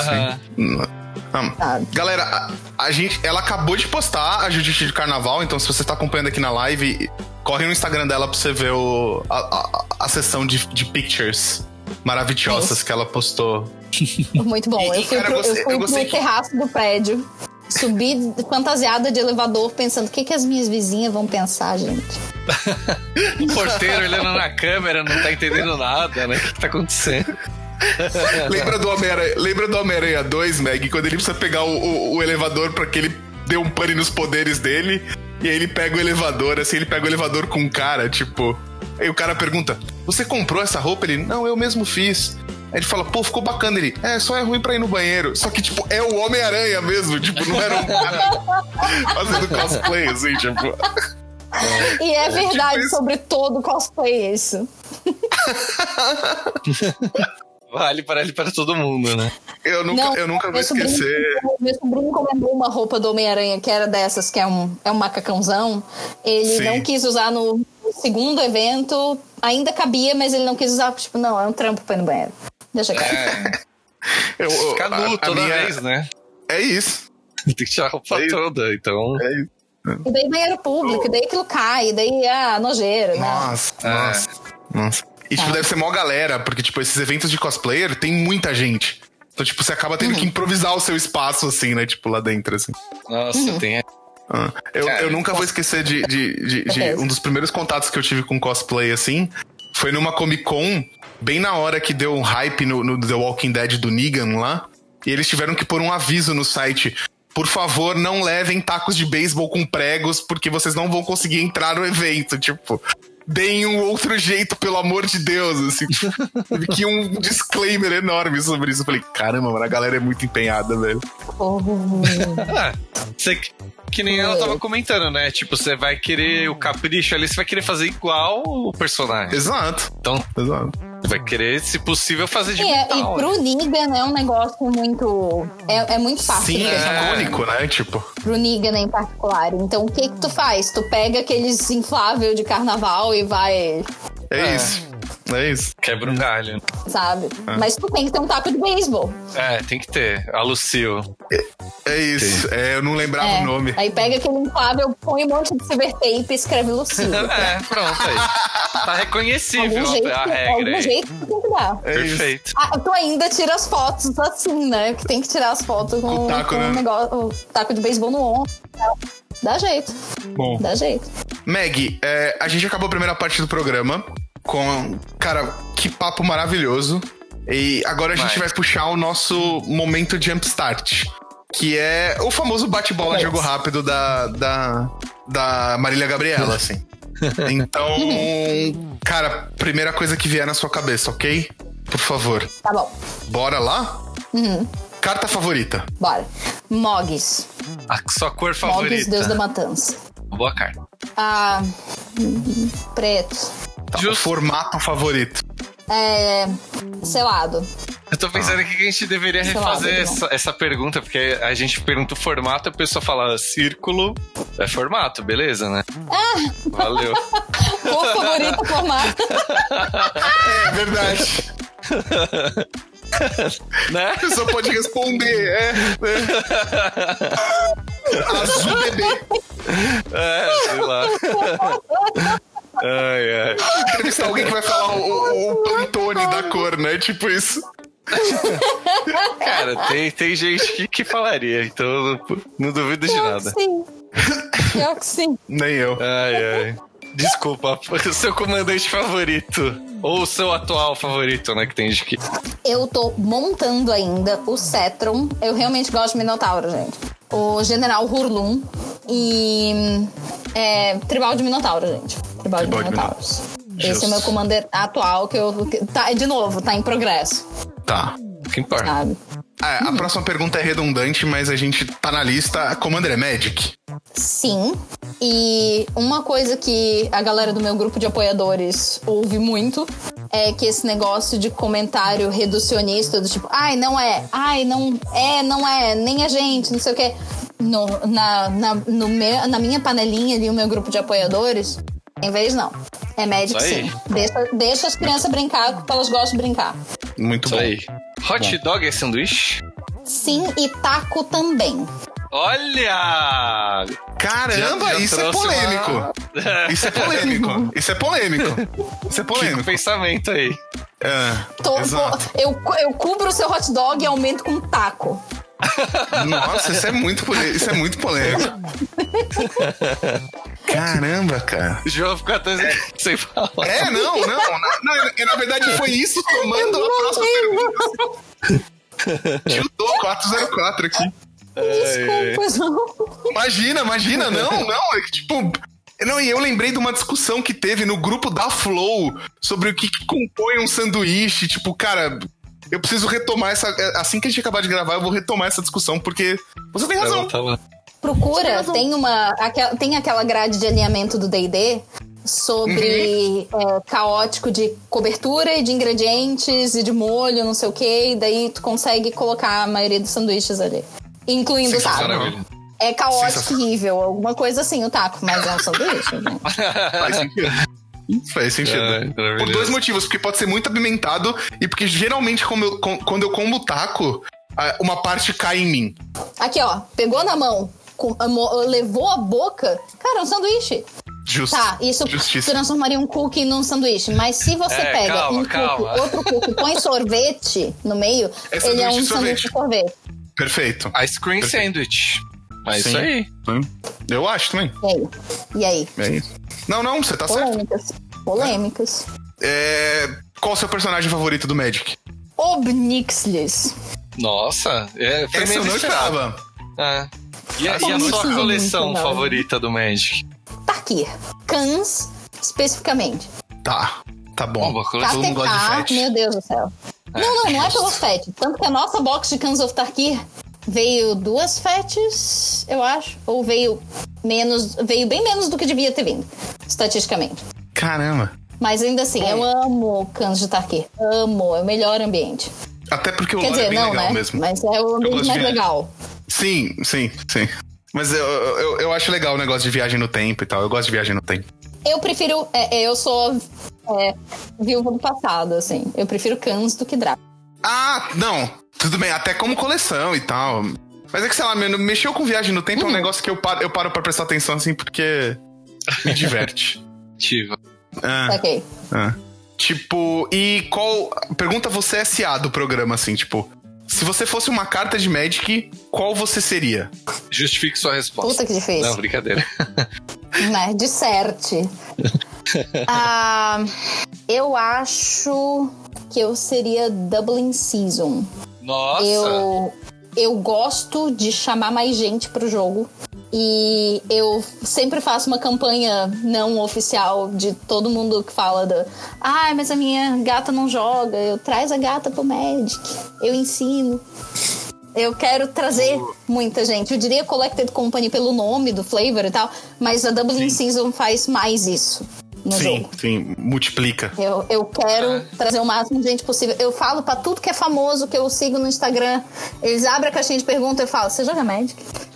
S2: Galera, ela acabou de postar a Judite de Carnaval, então se você tá acompanhando aqui na live, corre no Instagram dela pra você ver a sessão de pictures maravilhosas que ela postou.
S4: Muito bom. Eu fui pro terraço do prédio, subi fantasiada de elevador, pensando o que as minhas vizinhas vão pensar, gente.
S3: O porteiro olhando na câmera, não tá entendendo nada, né? O que tá acontecendo?
S2: Lembra do Homem-Aranha 2, Meg? Quando ele precisa pegar o elevador pra que ele dê um pane nos poderes dele, e aí ele pega o elevador, assim, ele pega o elevador com um cara, tipo... Aí o cara pergunta, você comprou essa roupa? Ele, não, eu mesmo fiz. Aí ele fala, pô, ficou bacana. Ele, só é ruim pra ir no banheiro. Só que, tipo, é o Homem-Aranha mesmo, tipo, não era um cara fazendo cosplay, assim, tipo...
S4: E é verdade, tipo sobre todo cosplay isso.
S3: Vale para todo mundo, né?
S2: Eu nunca vou esquecer.
S4: Meu sobrinho encomendou uma roupa do Homem-Aranha que era dessas, que é um macacãozão. Ele não quis usar no segundo evento, ainda cabia, mas ele não quis usar, tipo, não, é um trampo pra ir no banheiro. Deixa quieto.
S3: Fica nu toda vez, né?
S2: É isso.
S3: Tem que tirar a roupa toda, então...
S2: É isso.
S4: E daí banheiro público, daí aquilo cai, e daí nojeira, né?
S2: Nossa. E, tipo, deve ser mó galera, porque, tipo, esses eventos de cosplayer tem muita gente. Então, tipo, você acaba tendo que improvisar o seu espaço, assim, né? Tipo, lá dentro, assim.
S3: Nossa, tem...
S2: Eu nunca vou esquecer de um dos primeiros contatos que eu tive com cosplay, assim, foi numa Comic Con, bem na hora que deu um hype no The Walking Dead do Negan lá, e eles tiveram que pôr um aviso no site: por favor, não levem tacos de beisebol com pregos, porque vocês não vão conseguir entrar no evento, tipo... Deem um outro jeito, pelo amor de Deus, assim. Teve que um disclaimer enorme sobre isso. Eu falei, caramba, mano, a galera é muito empenhada, velho.
S3: Que nem ela tava comentando, né? Tipo, você vai querer o capricho ali, você vai querer fazer igual o personagem.
S2: Exato.
S3: Então, você vai querer, se possível, fazer de
S4: metal. E pro Negan é um negócio muito... É muito fácil.
S2: Sim, é icônico, né? Tipo...
S4: Pro Negan em particular. Então, o que tu faz? Tu pega aqueles infláveis de carnaval e vai...
S2: É isso. É isso.
S3: Quebra um galho.
S4: sabe? Mas tu tem que ter um taco de beisebol.
S3: Tem que ter. A Lucio.
S2: É isso. Eu não lembrava o nome.
S4: Aí pega aquele inflável, põe um monte de silver tape e escreve Lucille.
S3: Pronto aí. Tá reconhecível a regra
S4: algum
S3: aí.
S4: jeito que tem que dar.
S3: Perfeito.
S4: Tu ainda tira as fotos assim, né? Que tem que tirar as fotos com
S2: o taco, né?
S4: o taco de beisebol no ombro. Dá jeito.
S2: Bom.
S4: Dá jeito.
S2: Meg, a gente acabou a primeira parte do programa com... Cara, que papo maravilhoso. E agora a gente vai puxar o nosso momento jumpstart, que é o famoso bate-bola jogo rápido da Marília Gabriela, assim. Então, cara, primeira coisa que vier na sua cabeça, ok? Por favor.
S4: Tá bom.
S2: Bora lá? Carta favorita.
S4: Bora. Mogis.
S3: A sua cor favorita.
S4: Mogis, Deus da Matança.
S3: Boa carta.
S4: Preto.
S2: Tá, o formato favorito.
S4: Selado.
S3: Eu tô pensando aqui que a gente deveria refazer essa pergunta, porque a gente pergunta o formato, a pessoa fala círculo, é formato, beleza, né? Valeu.
S4: Cor favorita, formato.
S2: É verdade.
S3: Né?
S2: A pessoa pode responder. Azul bebê.
S3: Sei lá. Ai.
S2: Entrevistar alguém que vai falar o Pantone da cor, né? Tipo isso.
S3: Cara, tem gente que falaria, então eu não duvido de nada.
S4: Sim. Pior que sim.
S2: Nem eu.
S3: Ai. Desculpa, o seu comandante favorito. Ou o seu atual favorito, né? Que tem de que.
S4: Eu tô montando ainda o Cetron. Eu realmente gosto de Minotauro, gente. O General Hurlum e Tribal de Minotauro, gente. Tribal de Minotauros. Esse é o meu commander atual, de novo, tá em progresso.
S2: Tá.
S3: Que importa.
S4: Sabe?
S2: A próxima pergunta é redundante, mas a gente tá na lista. Commander é Magic?
S4: Sim. E uma coisa que a galera do meu grupo de apoiadores ouve muito é que esse negócio de comentário reducionista do tipo, não é, não é, nem a gente, não sei o quê. Na minha panelinha ali, o meu grupo de apoiadores, em vez não. É Magic sim. Deixa as crianças brincar porque elas gostam de brincar.
S2: Muito bom.
S3: Aí. Hot dog é sanduíche?
S4: Sim, e taco também.
S3: Olha!
S2: Caramba, isso é polêmico. Isso é polêmico. Isso é polêmico.
S3: Que pensamento aí.
S4: Eu cubro o seu hot dog e aumento com taco.
S2: Nossa, isso é muito polêmico. Caramba, cara.
S3: O João ficou até sem falar.
S2: Não. Na verdade foi isso tomando a próxima pergunta. Chutou 404 aqui.
S4: Desculpa, João.
S2: Imagina, não. É que tipo... Não, e eu lembrei de uma discussão que teve no grupo da Flow sobre o que compõe um sanduíche. Tipo, cara... Eu preciso retomar essa... Assim que a gente acabar de gravar, eu vou retomar essa discussão, porque você tem razão.
S4: Procura, tem aquela grade de alinhamento do D&D sobre caótico de cobertura e de ingredientes e de molho, não sei o que, e daí tu consegue colocar a maioria dos sanduíches ali. Incluindo o taco. É caótico horrível, alguma coisa assim o taco, mas é um sanduíche, né?
S2: Faz sentido. Por dois motivos, porque pode ser muito apimentado e porque geralmente quando eu como taco, uma parte cai em mim.
S4: Aqui, ó, pegou na mão, levou a boca, cara, é um sanduíche.
S2: Justo.
S4: Tá, isso transformaria um cookie num sanduíche, mas se você pega cookie, outro cookie, põe sorvete no meio, ele é um sanduíche de sorvete.
S2: Perfeito.
S3: Ice cream sandwich. É isso aí.
S2: Eu acho também.
S4: E aí?
S2: É isso. Não, você tá
S4: Polêmicas.
S2: Qual o seu personagem favorito do Magic?
S4: Obnixilis.
S3: Nossa, foi
S2: essa eu não esperava.
S3: E a sua coleção favorita do Magic?
S4: Tarkir. Cans, especificamente.
S2: Tá bom. Todo mundo gosta de fat.
S4: Meu Deus do céu. Não é pelo fat. Tanto que a nossa box de Cans of Tarkir veio 2 fats, eu acho. Ou veio bem menos do que devia ter vindo, estatisticamente.
S2: Caramba.
S4: Mas ainda assim, eu amo Cans de Tarkir. Amo, é o melhor ambiente.
S2: Até porque o lore é bem legal mesmo.
S4: Mas é o ambiente mais legal.
S2: Sim. Mas eu acho legal o negócio de viagem no tempo e tal. Eu gosto de viagem no tempo.
S4: Eu prefiro... eu sou Viúva do passado, assim. Eu prefiro Cans do que Drácula.
S2: Ah, não. Tudo bem, até como coleção e tal. Mas é que, sei lá, mexeu com viagem no tempo é um negócio que eu paro pra prestar atenção, assim, porque me diverte.
S4: Ok.
S2: Tipo, e qual... Pergunta você SA do programa, assim, tipo... Se você fosse uma carta de Magic, qual você seria?
S3: Justifique sua resposta.
S4: Puta que difícil.
S3: Não, brincadeira.
S4: Né, de certe. Eu acho que eu seria Doubling Season.
S3: Nossa!
S4: Eu gosto de chamar mais gente pro jogo. E eu sempre faço uma campanha não oficial de todo mundo que fala mas a minha gata não joga. Eu traz a gata pro Magic. Eu ensino. Eu quero trazer muita gente. Eu diria Collected Company pelo nome do flavor e tal, mas a Doubling Season faz mais isso no jogo.
S2: Sim, multiplica.
S4: Eu quero trazer o máximo de gente possível. Eu falo pra tudo que é famoso, que eu sigo no Instagram. Eles abrem a caixinha de pergunta e eu falo, você joga Magic?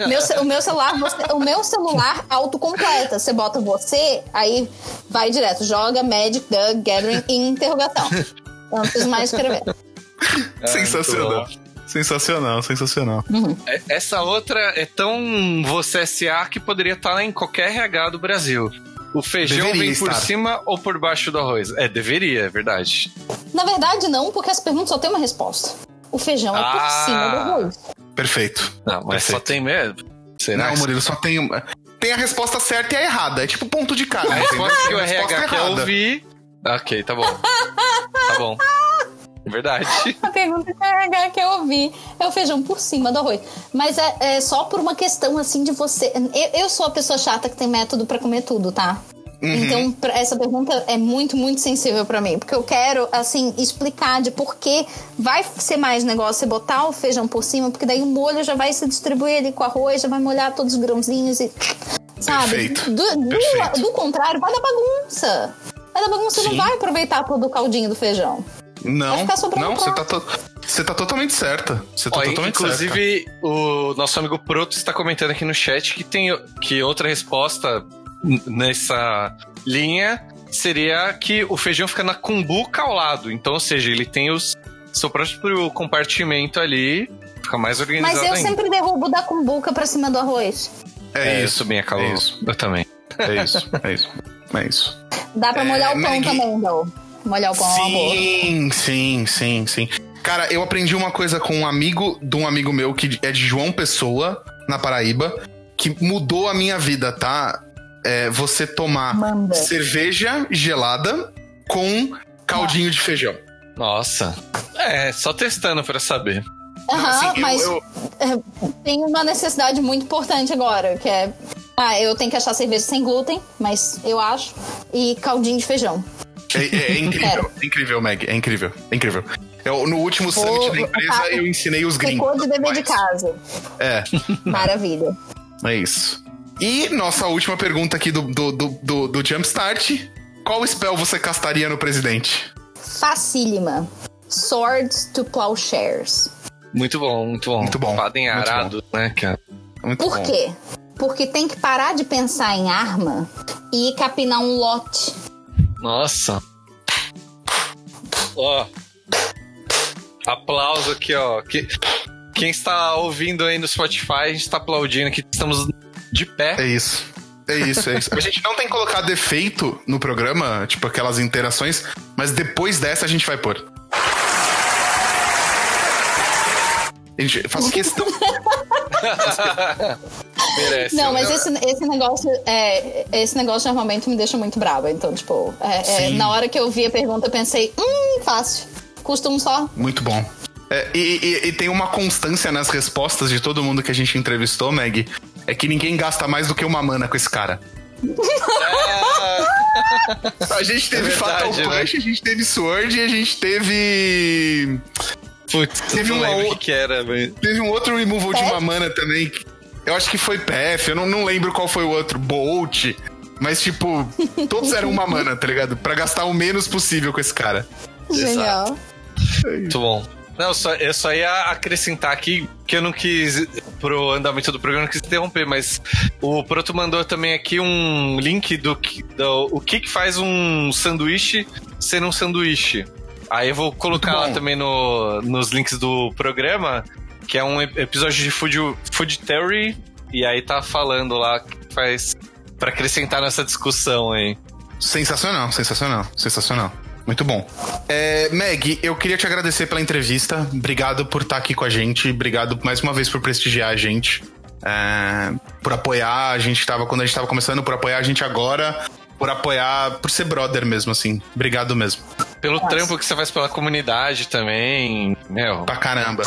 S4: O meu celular autocompleta. Você bota você, aí vai direto. Joga Magic the Gathering em interrogação. Eu não preciso mais escrever.
S2: Sensacional. Sensacional.
S4: Uhum.
S3: Essa outra é tão você SA que poderia estar em qualquer RH do Brasil. O feijão
S2: Deveria
S3: vem por
S2: estar.
S3: cima ou por baixo do arroz? Deveria, é verdade.
S4: Na verdade, não, porque as perguntas só tem uma resposta. O feijão é por cima do arroz.
S2: Perfeito.
S3: Não, mas
S2: Perfeito.
S3: só tem mesmo. Será?
S2: Não, Murilo, só tem uma... Tem a resposta certa e a errada. É tipo ponto de cara.
S3: A resposta que o
S2: A resposta
S3: RH quer
S2: errada.
S3: ouvir... Ok, tá bom. Tá bom. Verdade.
S4: A pergunta que eu ouvi é o feijão por cima do arroz. Mas é só por uma questão, assim, de você... Eu sou a pessoa chata que tem método pra comer tudo, tá? Então, essa pergunta é muito, muito sensível pra mim. Porque eu quero, assim, explicar de por que vai ser mais negócio você botar o feijão por cima, porque daí o molho já vai se distribuir ali com o arroz, já vai molhar todos os grãozinhos e... Sabe?
S2: Perfeito.
S4: Do contrário, vai dar bagunça. Você não vai aproveitar todo o caldinho do feijão.
S2: Não,
S4: Vai ficar sobrando
S2: não, você tá totalmente certa. Você tá totalmente
S3: inclusive, o nosso amigo Proto está comentando aqui no chat que outra resposta nessa linha seria que o feijão fica na cumbuca ao lado. Então, ou seja, ele tem seu próprio compartimento ali, fica mais organizado.
S4: Mas eu
S3: ainda.
S4: sempre derrubo da cumbuca pra cima do arroz.
S2: É
S3: isso, bem acabou. Eu também.
S2: É isso.
S4: Dá pra molhar o pão
S2: Maggie...
S4: também, então. Molhar o pão é uma boa.
S2: Sim. Cara, eu aprendi uma coisa com um amigo de um amigo meu que é de João Pessoa, na Paraíba, que mudou a minha vida, tá? É você tomar cerveja gelada com caldinho de feijão.
S3: Nossa. Só testando pra saber.
S2: Assim,
S4: Mas tem uma necessidade muito importante agora, que é... eu tenho que achar cerveja sem glúten, mas eu acho, e caldinho de feijão.
S2: É incrível, Meg, é incrível. No último summit da empresa, eu ensinei os gringos.
S4: Ficou de dever de casa. Maravilha.
S2: É isso. E nossa última pergunta aqui do Jumpstart. Qual spell você castaria no presidente?
S4: Facílima. Swords to Plowshares.
S3: Muito bom. Fadem arado, né, cara?
S4: Por quê? Porque tem que parar de pensar em arma e capinar um lote.
S3: Nossa. Ó. Aplauso aqui, ó. Quem está ouvindo aí no Spotify, a gente está aplaudindo aqui. Estamos de pé.
S2: É isso. A gente não tem que colocar defeito no programa, tipo aquelas interações, mas depois dessa a gente vai pôr. A gente faz questão.
S3: Merece.
S4: Não, mas esse negócio normalmente me deixa muito brava. Então, tipo, na hora que eu vi a pergunta, eu pensei, fácil. Custa um só.
S2: Muito bom. E tem uma constância nas respostas de todo mundo que a gente entrevistou, Meg. É que ninguém gasta mais do que uma mana com esse cara. A gente teve Fatal Push, né? A gente teve Sword e a gente teve...
S3: Putz, não lembro o que era, velho.
S2: Teve um outro removal de uma mana também. Eu acho que foi PF, eu não lembro qual foi o outro. Bolt. Mas, tipo, todos eram uma mana, tá ligado? Pra gastar o menos possível com esse cara.
S4: Genial.
S3: Muito bom. Não, eu só ia acrescentar aqui que eu não quis, pro andamento do programa, não quis interromper, mas o Proto mandou também aqui um link do o que faz um sanduíche ser um sanduíche. Aí eu vou colocar lá também nos links do programa, que é um episódio de Food Theory, e aí tá falando lá que faz pra acrescentar nessa discussão aí.
S2: Sensacional. Muito bom. Meg, eu queria te agradecer pela entrevista. Obrigado por estar aqui com a gente. Obrigado mais uma vez por prestigiar a gente. Por apoiar a gente quando a gente tava começando, por apoiar a gente agora, por apoiar, por ser brother mesmo, assim. Obrigado mesmo.
S3: Pelo trampo que você faz pela comunidade também, meu.
S2: Pra caramba.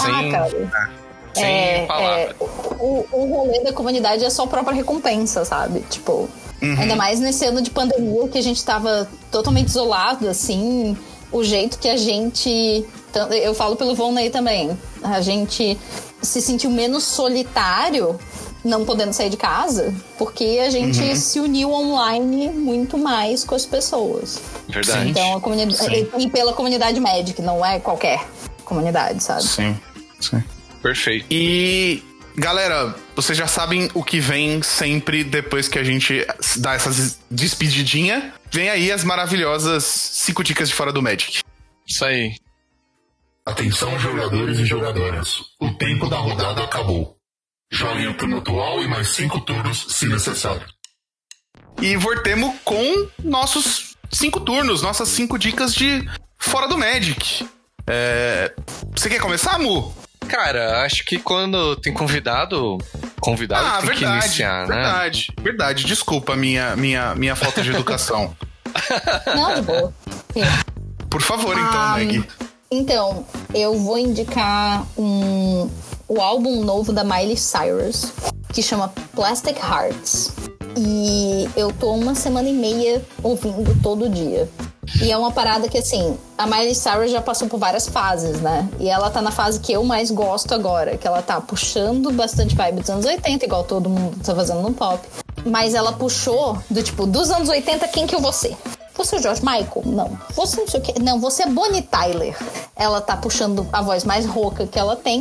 S3: Sem palavras.
S4: O rolê da comunidade é só a própria recompensa, sabe? Tipo, ainda mais nesse ano de pandemia que a gente tava totalmente isolado, assim, o jeito que a gente... Eu falo pelo Volney também. A gente se sentiu menos solitário não podendo sair de casa, porque a gente se uniu online muito mais com as pessoas.
S3: Verdade.
S4: Então, a comunidade... E pela comunidade Magic, não é qualquer comunidade, sabe?
S2: Sim.
S3: Perfeito.
S2: E, galera, vocês já sabem o que vem sempre depois que a gente dá essas despedidinha. Vem aí as maravilhosas 5 dicas de fora do Magic.
S3: Isso aí.
S1: Atenção, jogadores e jogadoras. O tempo da rodada acabou. Joguem o turno atual e mais 5 turnos, se necessário.
S2: E voltemos com nossos 5 turnos, nossas 5 dicas de fora do Magic. Você quer começar, Mu?
S3: Cara, acho que quando tem convidado tem que iniciar, né?
S2: Verdade. Desculpa a minha falta de educação.
S4: Não, de boa.
S2: Por favor, então, Meg.
S4: Então, eu vou indicar o álbum novo da Miley Cyrus, que chama Plastic Hearts. E eu tô 1 semana e meia ouvindo todo dia. E é uma parada que, assim, a Miley Cyrus já passou por várias fases, né? E ela tá na fase que eu mais gosto agora, que ela tá puxando bastante vibe dos anos 80, igual todo mundo tá fazendo no pop. Mas ela puxou dos anos 80, quem que eu vou ser? Você é o George Michael? Não. Você não sei o quê. Não, você é Bonnie Tyler. Ela tá puxando a voz mais rouca que ela tem.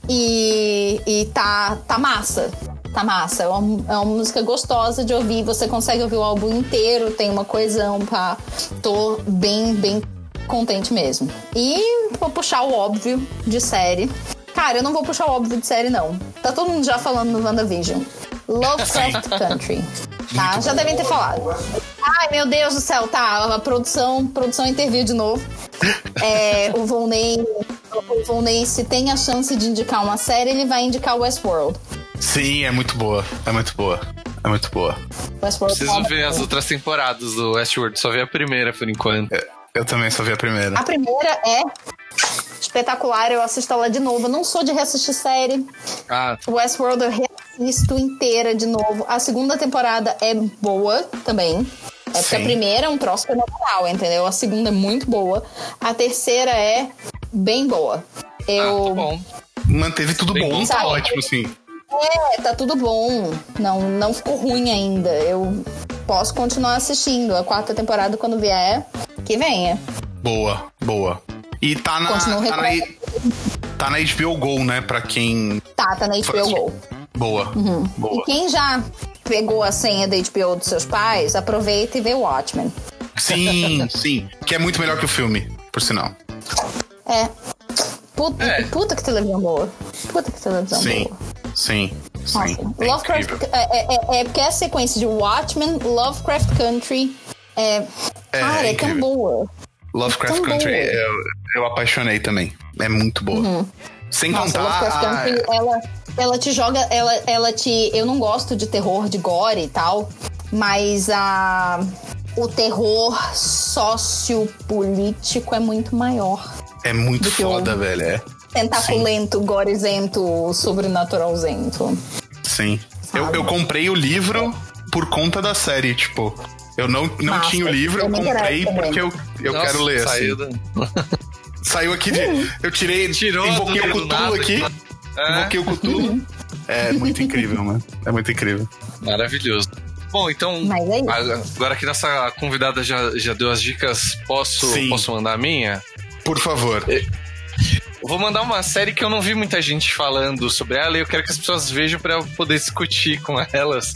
S4: E tá massa. Tá massa. É uma música gostosa de ouvir. Você consegue ouvir o álbum inteiro. Tem uma coesão, pá. Tô bem contente mesmo. E vou puxar o óbvio de série. Cara, eu não vou puxar o óbvio de série, não. Tá todo mundo já falando no WandaVision. Lovecraft Country. Tá? Já devem ter falado. Ai, meu Deus do céu, tá. A produção interviu de novo. O Volney, se tem a chance de indicar uma série, ele vai indicar Westworld.
S2: Sim, é muito boa.
S4: Westworld.
S3: Preciso ver as outras temporadas do Westworld. Só vi a primeira, por enquanto.
S2: Eu também só vi a primeira.
S4: A primeira é espetacular. Eu assisto ela de novo. Eu não sou de reassistir série. Westworld eu reassisto inteira de novo. A segunda temporada é boa também. Porque a primeira é um troço fenomenal, entendeu? A segunda é muito boa. A terceira é bem boa.
S3: Tá bom.
S2: Manteve tudo bem bom, tá ótimo, sim.
S4: Tá tudo bom. Não ficou ruim ainda. Eu posso continuar assistindo. A 4ª temporada, quando vier, que venha.
S2: Boa. E tá na HBO Go, né? Pra quem...
S4: Tá na HBO Go.
S2: Boa.
S4: E quem já pegou a senha da HBO dos seus pais, aproveita e vê o Watchmen.
S2: Sim. Que é muito melhor que o filme, por sinal.
S4: Puta que televisão boa.
S2: Sim.
S4: Lovecraft porque é a sequência de Watchmen, Lovecraft Country. Cara, é tão boa.
S2: Lovecraft Country, eu apaixonei também. É muito boa. Sem contar...
S4: Lovecraft Country, ela te joga... Eu não gosto de terror, de gore e tal, mas o terror sociopolítico é muito maior.
S2: É muito foda, velho.
S4: Tentaculento, gorezento, sobrenaturalzento.
S2: Sim. Eu comprei o livro por conta da série, tipo... Eu não tinha o livro, eu comprei porque eu quero ler, assim. Saiu aqui de... Eu invoquei o Cthulhu aqui. Invoquei o Cthulhu. É muito incrível, mano. É muito incrível.
S3: Maravilhoso. Bom, então, agora que nossa convidada já deu as dicas, posso mandar a minha?
S2: Por favor.
S3: Eu vou mandar uma série que eu não vi muita gente falando sobre ela e eu quero que as pessoas vejam pra eu poder discutir com elas,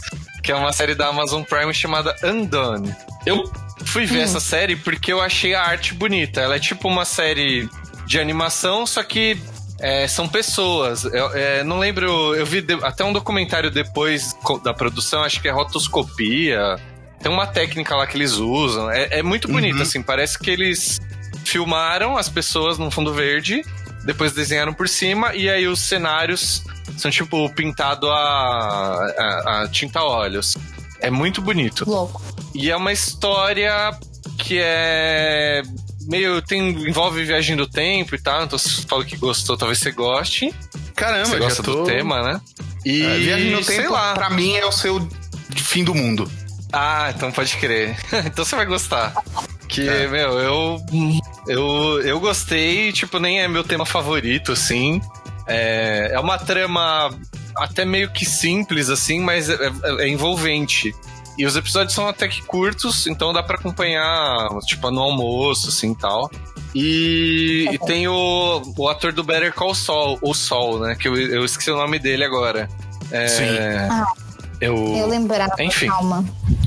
S3: que é uma série da Amazon Prime chamada Undone. Eu fui ver essa série porque eu achei a arte bonita. Ela é tipo uma série de animação, só que são pessoas. Eu não lembro, eu vi até um documentário depois da produção, acho que é rotoscopia. Tem uma técnica lá que eles usam. É muito bonito, assim, parece que eles filmaram as pessoas num fundo verde, depois desenharam por cima, e aí os cenários são tipo pintado a tinta a óleos. É muito bonito.
S4: Louco.
S3: E é uma história que é meio... envolve viagem do tempo e tal, então se fala que gostou, talvez você goste.
S2: Caramba,
S3: você gosta do tema, né? E
S2: viagem no
S3: sei
S2: tempo,
S3: lá.
S2: pra mim, é o seu fim do mundo.
S3: Ah, então pode crer. Então você vai gostar. Que, meu, eu gostei, tipo, nem é meu tema favorito, assim. É uma trama até meio que simples, assim, mas é envolvente. E os episódios são até que curtos, então dá pra acompanhar, tipo, no almoço, assim, tal. E tem o ator do Better Call Saul, o Sol, né? Que eu esqueci o nome dele agora.
S2: Sim.
S4: Eu lembrava,
S3: enfim.
S4: calma.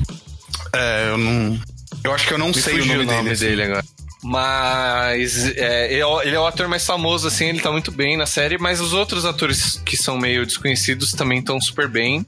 S2: Eu acho que eu não sei o nome dele
S3: agora. Mas ele é o ator mais famoso, assim, ele tá muito bem na série, mas os outros atores que são meio desconhecidos também estão super bem.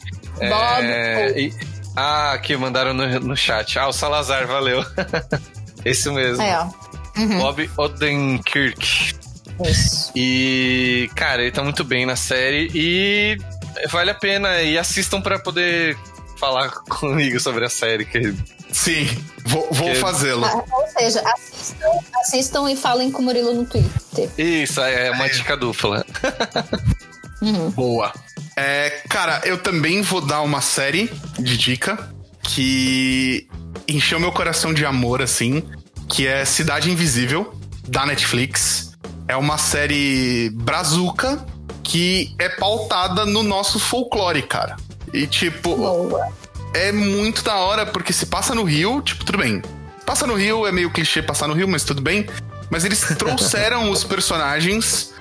S3: Aqui mandaram no chat. O Salazar, valeu. Esse mesmo. Bob Odenkirk.
S4: Isso.
S3: E, cara, ele tá muito bem na série e vale a pena. E assistam pra poder falar comigo sobre a série.
S2: Sim, vou fazê-lo.
S4: Ou seja, assistam e falem com o Murilo no Twitter.
S3: Isso, é uma dica dupla.
S2: Boa. Cara, eu também vou dar uma série de dica que encheu meu coração de amor, assim, que é Cidade Invisível, da Netflix. É uma série brazuca que é pautada no nosso folclore, cara. E, tipo, é muito da hora, porque se passa no Rio, tipo, tudo bem. Passa no Rio, é meio clichê passar no Rio, mas tudo bem. Mas eles trouxeram os personagens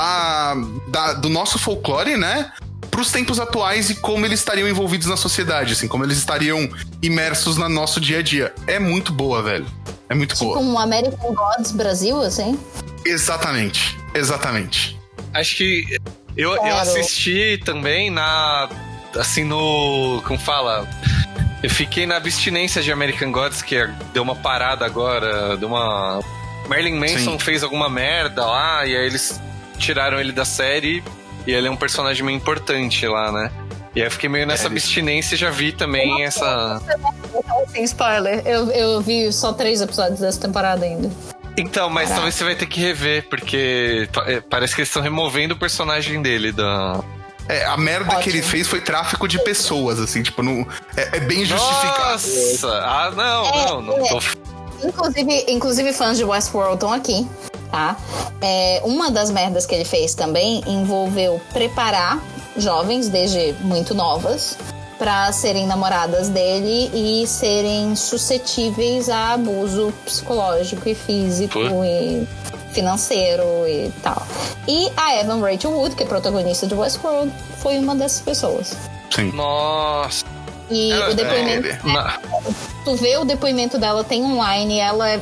S2: do nosso folclore, né? Pros tempos atuais e como eles estariam envolvidos na sociedade, assim, como eles estariam imersos no nosso dia a dia. É muito boa, velho. É muito boa.
S4: Tipo um American Gods Brasil, assim?
S2: Exatamente.
S3: Acho que eu assisti também assim, como fala? Eu fiquei na abstinência de American Gods, que deu uma parada agora, Marilyn Manson fez alguma merda lá, e aí eles tiraram ele da série, e ele é um personagem meio importante lá, né? E aí eu fiquei meio nessa abstinência e já vi também essa...
S4: Sem spoiler, eu vi só 3 episódios dessa temporada ainda.
S3: Então, mas talvez você vai ter que rever, porque parece que eles estão removendo o personagem dele da...
S2: A merda que ele fez foi tráfico de pessoas, assim, tipo, não, é bem justificado.
S3: Nossa! Não tô...
S4: Inclusive fãs de Westworld estão aqui, tá? Uma das merdas que ele fez também envolveu preparar jovens, desde muito novas, pra serem namoradas dele e serem suscetíveis a abuso psicológico e físico e financeiro e tal. E a Evan Rachel Wood, que é protagonista de Westworld, foi uma dessas pessoas.
S2: Sim.
S3: Nossa.
S4: E o depoimento... Tu vê o depoimento dela, tem online,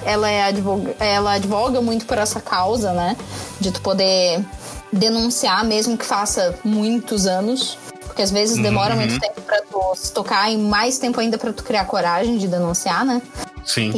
S4: ela advoga muito por essa causa, né? De tu poder denunciar, mesmo que faça muitos anos. Porque às vezes demora muito tempo pra tu se tocar e mais tempo ainda pra tu criar coragem de denunciar, né?
S2: Sim.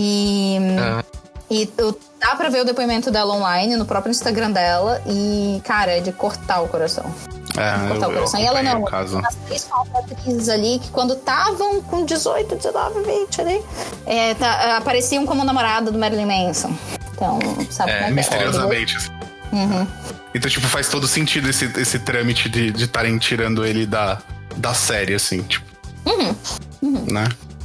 S4: E dá pra ver o depoimento dela online no próprio Instagram dela e, cara, é de cortar o coração. Cortar o coração. E ela não, as 3 atrizes ali que quando estavam com 18, 19, 20 ali, apareciam como namorada do Marilyn Manson. Então, sabe como é que
S2: misteriosamente. Então, tipo, faz todo sentido esse trâmite de estarem tirando ele da série, assim, tipo. Né?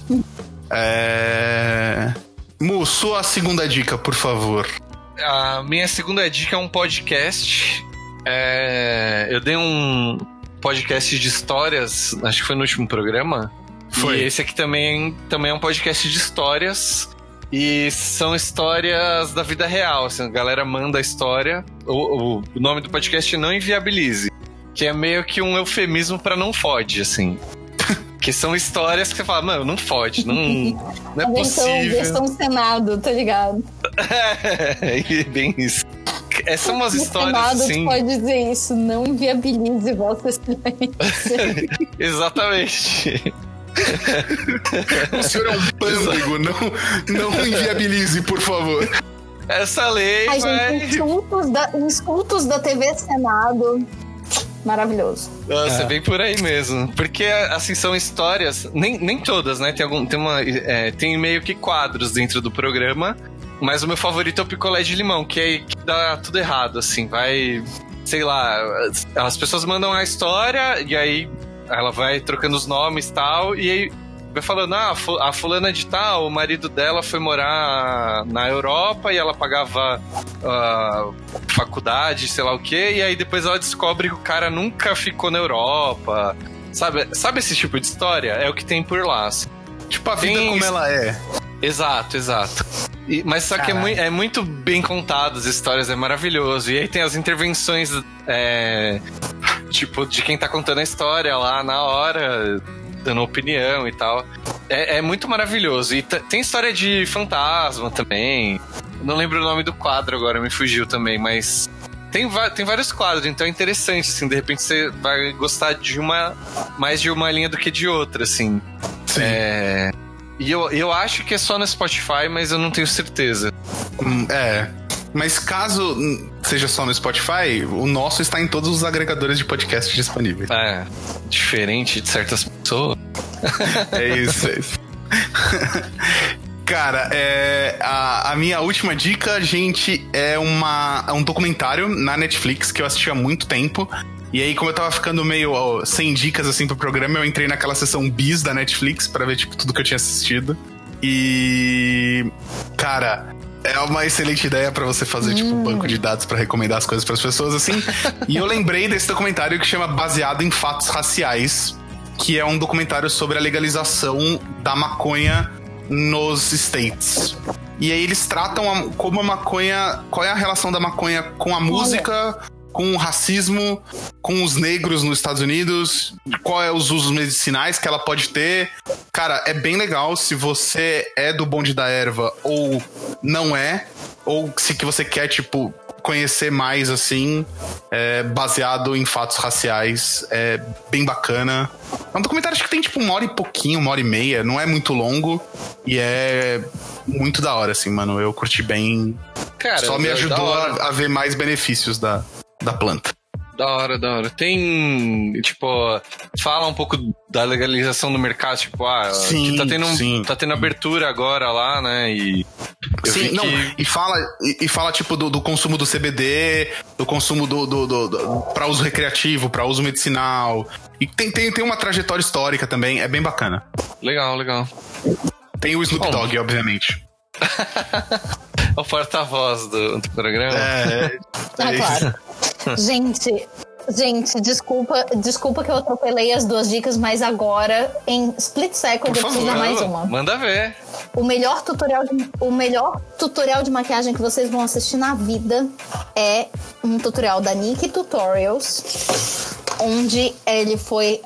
S2: Mu, sua segunda dica, por favor.
S3: A minha segunda dica é um podcast. Eu dei um podcast de histórias, acho que foi no último programa.
S2: Foi.
S3: E esse aqui também é um podcast de histórias. E são histórias da vida real, assim, a galera manda a história. O nome do podcast é Não Inviabilize, que é meio que um eufemismo pra não fode, assim. Que são histórias que você fala, mano, não fode, não é possível.
S4: Versão Senado, tá ligado?
S3: É bem isso. São umas histórias
S4: Senado
S3: assim.
S4: pode dizer isso, não inviabilize Vossa Excelência.
S3: Exatamente.
S2: O senhor é um pândego, não inviabilize, por favor.
S3: Essa lei
S4: Ai,
S3: vai...
S4: gente, insultos da TV Senado. Maravilhoso.
S3: Nossa, é bem por aí mesmo. Porque, assim, são histórias... Nem todas, né? Tem meio que quadros dentro do programa. Mas o meu favorito é o picolé de limão, que dá tudo errado, assim. Vai... Sei lá... As pessoas mandam a história e aí ela vai trocando os nomes e tal. E aí vai falando, a fulana de tal, o marido dela foi morar na Europa e ela pagava faculdade, sei lá o quê, e aí depois ela descobre que o cara nunca ficou na Europa. Sabe esse tipo de história? É o que tem por lá, assim.
S2: Tipo a vida como ela é.
S3: Exato. Mas só que é muito bem contado, as histórias, é maravilhoso. E aí tem as intervenções, tipo, de quem tá contando a história lá na hora, dando opinião e tal. É muito maravilhoso. E tem história de fantasma também. Não lembro o nome do quadro agora, me fugiu também, mas tem vários quadros, então é interessante, assim, de repente você vai gostar mais de uma linha do que de outra, assim.
S2: Sim.
S3: E eu acho que é só no Spotify, mas eu não tenho certeza.
S2: Mas caso seja só no Spotify, o nosso está em todos os agregadores de podcast disponíveis.
S3: Diferente de certas pessoas.
S2: É isso. Cara, a minha última dica, gente, é um documentário na Netflix que eu assisti há muito tempo. E aí, como eu tava ficando meio sem dicas assim pro programa, eu entrei naquela seção bis da Netflix pra ver, tipo, tudo que eu tinha assistido. E... Cara... É uma excelente ideia pra você fazer, tipo, um banco de dados pra recomendar as coisas pras pessoas, assim. E eu lembrei desse documentário que chama Baseado em Fatos Raciais, que é um documentário sobre a legalização da maconha nos States. E aí eles tratam como a maconha... Qual é a relação da maconha com a música, com o racismo, com os negros nos Estados Unidos, qual é os usos medicinais que ela pode ter. Cara, é bem legal se você é do bonde da erva ou não é, ou se que você quer, tipo, conhecer mais, assim, baseado em fatos raciais. É bem bacana. É um documentário que tem, tipo, 1 hora e pouquinho, 1 hora e meia, não é muito longo e é muito da hora, assim, mano. Eu curti bem. Cara, só me ajudou a ver mais benefícios da planta.
S3: Da hora. Tem, tipo, fala um pouco da legalização do mercado, tipo,
S2: sim,
S3: que tá tendo abertura agora lá, né?
S2: E fala tipo do consumo do CBD, do consumo pra uso recreativo, pra uso medicinal. E tem uma trajetória histórica também, é bem bacana.
S3: Legal.
S2: Tem o Snoop Dogg, obviamente.
S3: O porta-voz do programa.
S4: Claro. Gente, desculpa que eu atropelei as 2 dicas, mas agora, em split second, eu preciso dar mais uma.
S3: Manda ver.
S4: O melhor tutorial de maquiagem que vocês vão assistir na vida é um tutorial da Nikki Tutorials, onde ele foi...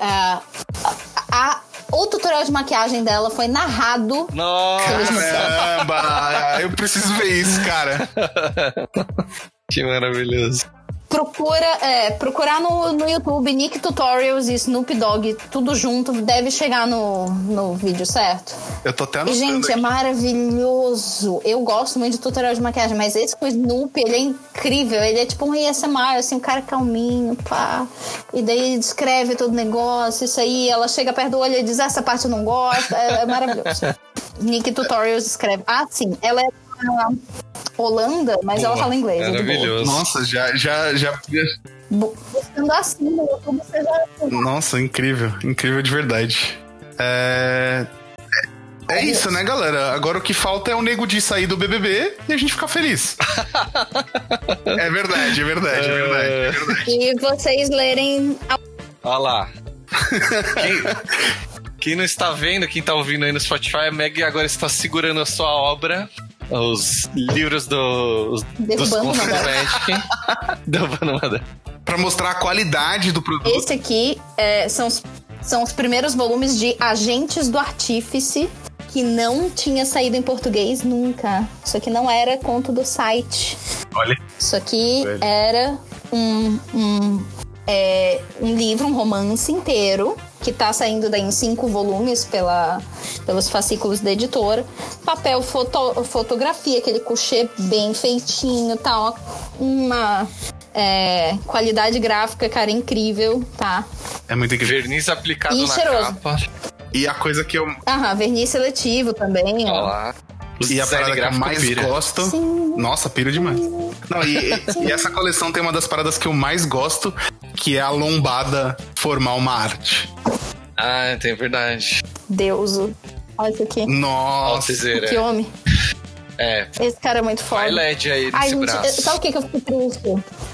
S4: O tutorial de maquiagem dela foi narrado.
S3: Nossa!
S2: Caramba! Eu preciso ver isso, cara.
S3: Que maravilhoso.
S4: Procurar no YouTube Nikki Tutorials e Snoop Dogg, tudo junto, deve chegar no vídeo, certo?
S2: Eu tô até anotando.
S4: E, gente,
S2: aqui.
S4: é maravilhoso. Eu gosto muito de tutorial de maquiagem, mas esse com o Snoop, ele é incrível. Ele é tipo um ASMR, assim, um cara calminho, pá. E daí descreve todo o negócio, isso aí. Ela chega perto do olho e diz, essa parte eu não gosto. É maravilhoso. Nikki Tutorials escreve. Sim, ela é Holanda, mas ela fala inglês.
S3: Maravilhoso.
S2: Nossa, já...
S4: Buscando assim no YouTube, você já...
S2: Nossa, incrível de verdade. É isso, né, galera? Agora o que falta é o Nego Di sair do BBB e a gente ficar feliz. É verdade.
S4: E vocês lerem...
S3: Olha lá. Quem não está vendo, quem está ouvindo aí no Spotify, a Meg agora está segurando a sua obra, os livros dos Magic. Derrubando uma.
S2: Pra mostrar a qualidade do produto.
S4: Esse aqui são São os primeiros volumes de Agentes do Artífice, que não tinha saído em português nunca. Isso aqui não era conto do site.
S2: Olha.
S4: Isso aqui era um livro, um romance inteiro, que tá saindo daí em 5 volumes pelos fascículos da editora. Papel, fotografia, aquele couchê bem feitinho, tá? Uma qualidade gráfica, cara, incrível, tá?
S2: É muito incrível.
S3: Verniz aplicado
S4: E
S3: na
S4: cheiroso.
S3: capa.
S2: E a coisa que eu...
S4: Verniz seletivo também,
S3: Olha
S4: ó.
S3: lá.
S2: E a parada que eu mais
S3: pira.
S2: gosto...
S4: Sim.
S2: Nossa, piro demais. Não, e essa coleção tem uma das paradas que eu mais gosto, que é a lombada formar uma arte.
S3: Ah, tem verdade.
S4: Deuso. Olha isso aqui.
S2: Nossa.
S3: Alcizeira.
S4: Que homem.
S3: É.
S4: Esse cara é muito foda.
S3: Vai LED aí nesse
S4: Ai, gente,
S3: braço.
S4: sabe o que eu fico triste?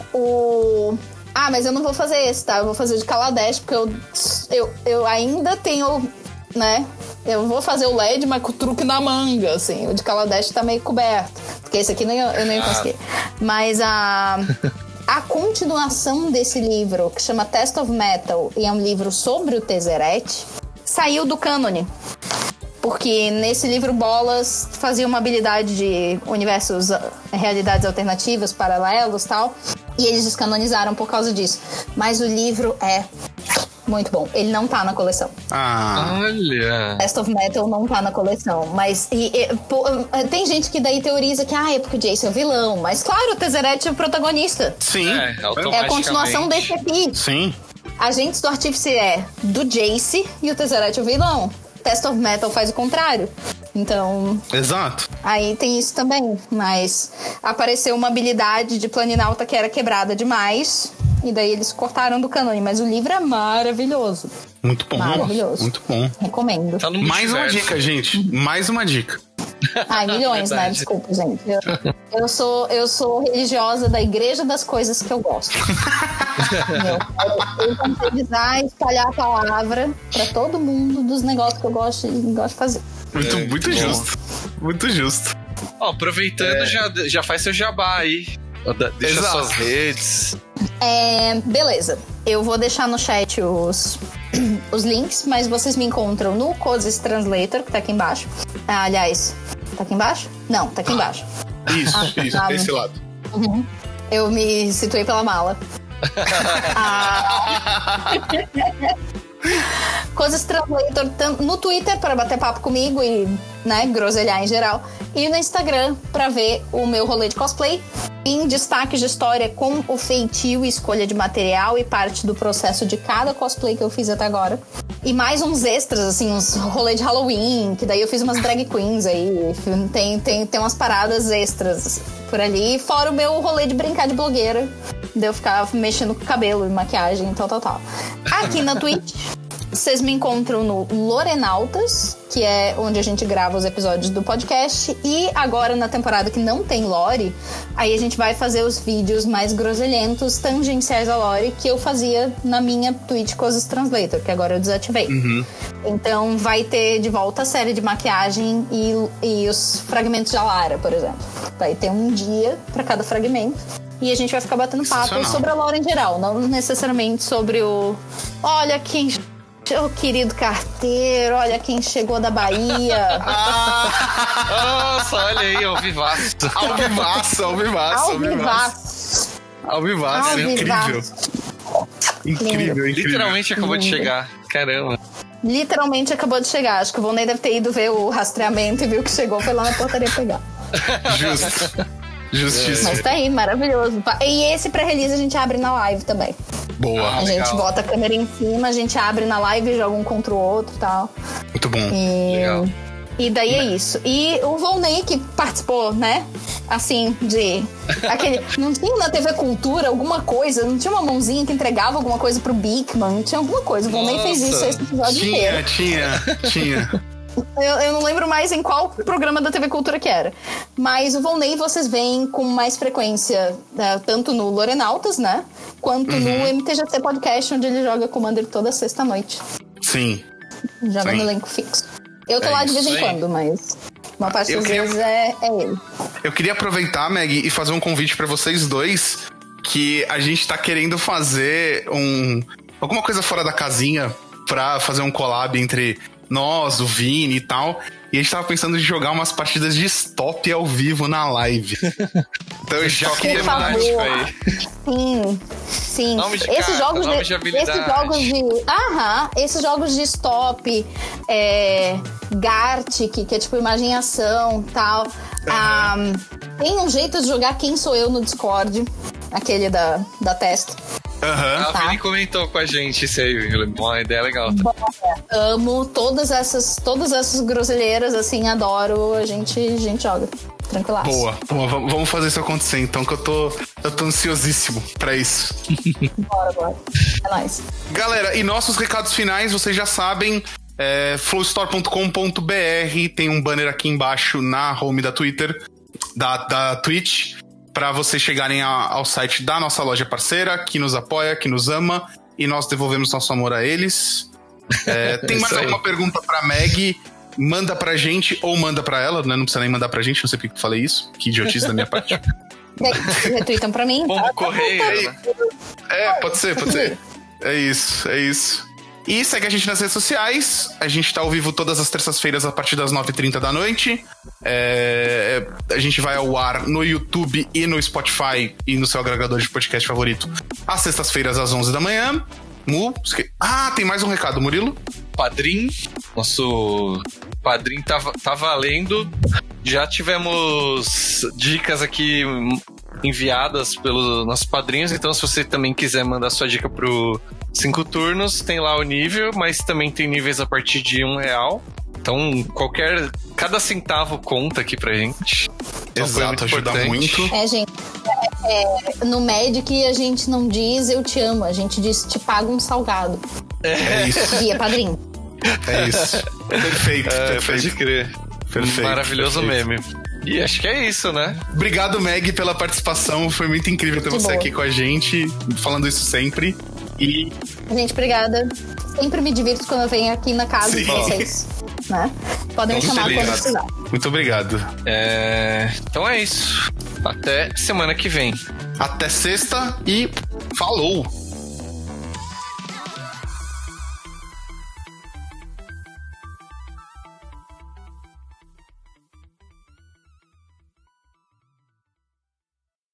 S4: Mas eu não vou fazer esse, tá? Eu vou fazer de Kaladesh, porque eu ainda tenho, né? Eu vou fazer o LED, mas com o truque na manga, assim. O de Kaladesh tá meio coberto. Porque esse aqui eu não ia conseguir. Mas a continuação desse livro, que chama Test of Metal, e é um livro sobre o Tezzeret, saiu do cânone. Porque nesse livro Bolas fazia uma habilidade de universos, realidades alternativas, paralelos e tal. E eles descanonizaram por causa disso. Mas o livro é muito bom. Ele não tá na coleção.
S3: Olha.
S4: Test of Metal não tá na coleção. Mas tem gente que daí teoriza que é porque o Jason é o vilão. Mas claro, o Tezzeret é o protagonista.
S2: Sim.
S4: É a continuação desse aqui.
S2: Sim.
S4: Agentes do Artífice é do Jace e o Tezzeret é o vilão. Test of Metal faz o contrário. Então...
S2: Exato.
S4: Aí tem isso também. Mas apareceu uma habilidade de Planinauta que era quebrada demais. E daí eles cortaram do cânone. Mas o livro é maravilhoso.
S2: Muito bom.
S4: Maravilhoso.
S2: Muito bom.
S4: Recomendo.
S3: Tá no
S2: Mais uma
S3: multiverso.
S2: dica, gente. Mais uma dica.
S4: Ai, milhões, né?
S3: Verdade.
S4: Desculpa, gente. Eu sou religiosa da igreja das coisas que eu gosto. Eu evangelizar e espalhar a palavra pra todo mundo dos negócios que eu gosto de fazer.
S2: Muito
S3: bom.
S2: justo. Muito justo.
S3: Ó, aproveitando, já faz seu jabá aí. Deixa
S2: Exato.
S3: suas redes.
S4: Beleza. Eu vou deixar no chat os links, mas vocês me encontram no Cozes Translator, que tá aqui embaixo. Aliás, tá aqui embaixo? Não, tá aqui embaixo.
S2: Isso,
S4: tá.
S2: desse lado.
S4: Eu me situei pela mala. Cozes Translator no Twitter para bater papo comigo e, né, groselhar em geral. E no Instagram para ver o meu rolê de cosplay. Em destaques de história com o feitio e escolha de material e parte do processo de cada cosplay que eu fiz até agora. E mais uns extras, assim, uns rolê de Halloween, que daí eu fiz umas drag queens aí. Tem umas paradas extras por ali. Fora o meu rolê de brincar de blogueira. De eu ficar mexendo com cabelo e maquiagem e tal. Aqui na Twitch, vocês me encontram no Lorenautas, que é onde a gente grava os episódios do podcast. E agora, na temporada que não tem Lore, aí a gente vai fazer os vídeos mais groselhentos, tangenciais a Lore, que eu fazia na minha Twitch Cozes Translator, que agora eu desativei. Então vai ter de volta a série de maquiagem e os fragmentos de Alara, por exemplo. Vai ter um dia para cada fragmento. E a gente vai ficar batendo papo sobre a Lore em geral, não necessariamente sobre olha quem... O querido carteiro, olha quem chegou da Bahia.
S3: Nossa, olha aí, ao vivaço.
S2: Ao vivaço, incrível. Incrível.
S3: Literalmente acabou de chegar. Caramba.
S4: Literalmente acabou de chegar. Acho que o Volney deve ter ido ver o rastreamento e viu que chegou, foi lá na portaria pegar.
S2: Justíssimo.
S4: Mas tá aí, maravilhoso. E esse pré-release a gente abre na live também.
S2: Boa.
S4: A gente
S3: legal.
S4: bota a câmera em cima, a gente abre na live, joga um contra o outro e tal.
S2: Muito bom.
S3: Legal.
S4: E daí é isso. E o Volney que participou, né? Assim, de... Não tinha na TV Cultura alguma coisa? Não tinha uma mãozinha que entregava alguma coisa pro Bigman? Não tinha alguma coisa. O Volney fez isso esse episódio inteiro.
S2: Tinha.
S4: Eu não lembro mais em qual programa da TV Cultura que era. Mas o Volney vocês veem com mais frequência, tanto no Lorenautas, né? Quanto no MTGC Podcast, onde ele joga Commander toda sexta-noite.
S2: Sim.
S4: Joga
S2: Sim.
S4: no elenco fixo. Eu tô lá de vez em quando, mas uma parte das vezes é ele.
S2: Eu queria aproveitar, Meg, e fazer um convite pra vocês dois, que a gente tá querendo fazer alguma coisa fora da casinha pra fazer um collab entre nós, o Vini e tal. E a gente tava pensando em jogar umas partidas de stop ao vivo na live. Então eu já queria mandar isso aí.
S4: Sim.
S3: Nome de
S4: Esses
S3: carta,
S4: jogos
S3: nome de habilidade.
S4: Esses jogos de stop, Gartic, que é tipo imagem e ação e tal. Tem um jeito de jogar Quem Sou Eu no Discord, aquele da testa.
S3: A Vini comentou com a gente isso aí, uma ideia legal.
S4: Amo todas essas groselheiras, assim, adoro, a gente joga. Tranquilaço.
S2: Boa, vamos fazer isso acontecer então, que eu tô ansiosíssimo pra isso.
S4: Bora. É nóis.
S2: Galera, e nossos recados finais, vocês já sabem, flowstore.com.br, tem um banner aqui embaixo na home da Twitter, da Twitch, pra vocês chegarem ao site da nossa loja parceira, que nos apoia, que nos ama, e nós devolvemos nosso amor a eles. Tem mais alguma pergunta pra Meg? Manda pra gente ou manda pra ela, né? Não precisa nem mandar pra gente, não sei porque eu falei isso. Que idiotice da minha parte.
S4: Retweetam pra mim.
S3: Pombo correio, né?
S2: Pode ser. É isso. E segue a gente nas redes sociais. A gente tá ao vivo todas as terças-feiras a partir das 9h30 da noite. A gente vai ao ar no YouTube e no Spotify e no seu agregador de podcast favorito às sextas-feiras às 11 da manhã. Tem mais um recado, Murilo.
S3: Padrim, nosso padrim tá valendo. Já tivemos dicas aqui enviadas pelos nossos padrinhos, então se você também quiser mandar sua dica pro 5 turnos, tem lá o nível, mas também tem níveis a partir de R$1. Então cada centavo conta aqui pra gente.
S2: Exato, ajuda muito.
S4: Gente, no Magic a gente não diz eu te amo, a gente diz te pago um salgado.
S2: É isso.
S4: Via padrinho.
S2: É isso. Perfeito.
S3: Pode crer.
S2: Perfeito.
S3: Maravilhoso meme. E acho que é isso, né?
S2: Obrigado, Meg, pela participação. Foi muito incrível ter você aqui com a gente, falando isso sempre. E...
S4: Gente, obrigada. Sempre me divirto quando eu venho aqui na casa de vocês. Né? Podem me chamar quando precisar.
S2: Muito obrigado.
S3: Então é isso. Até semana que vem.
S2: Até sexta e falou!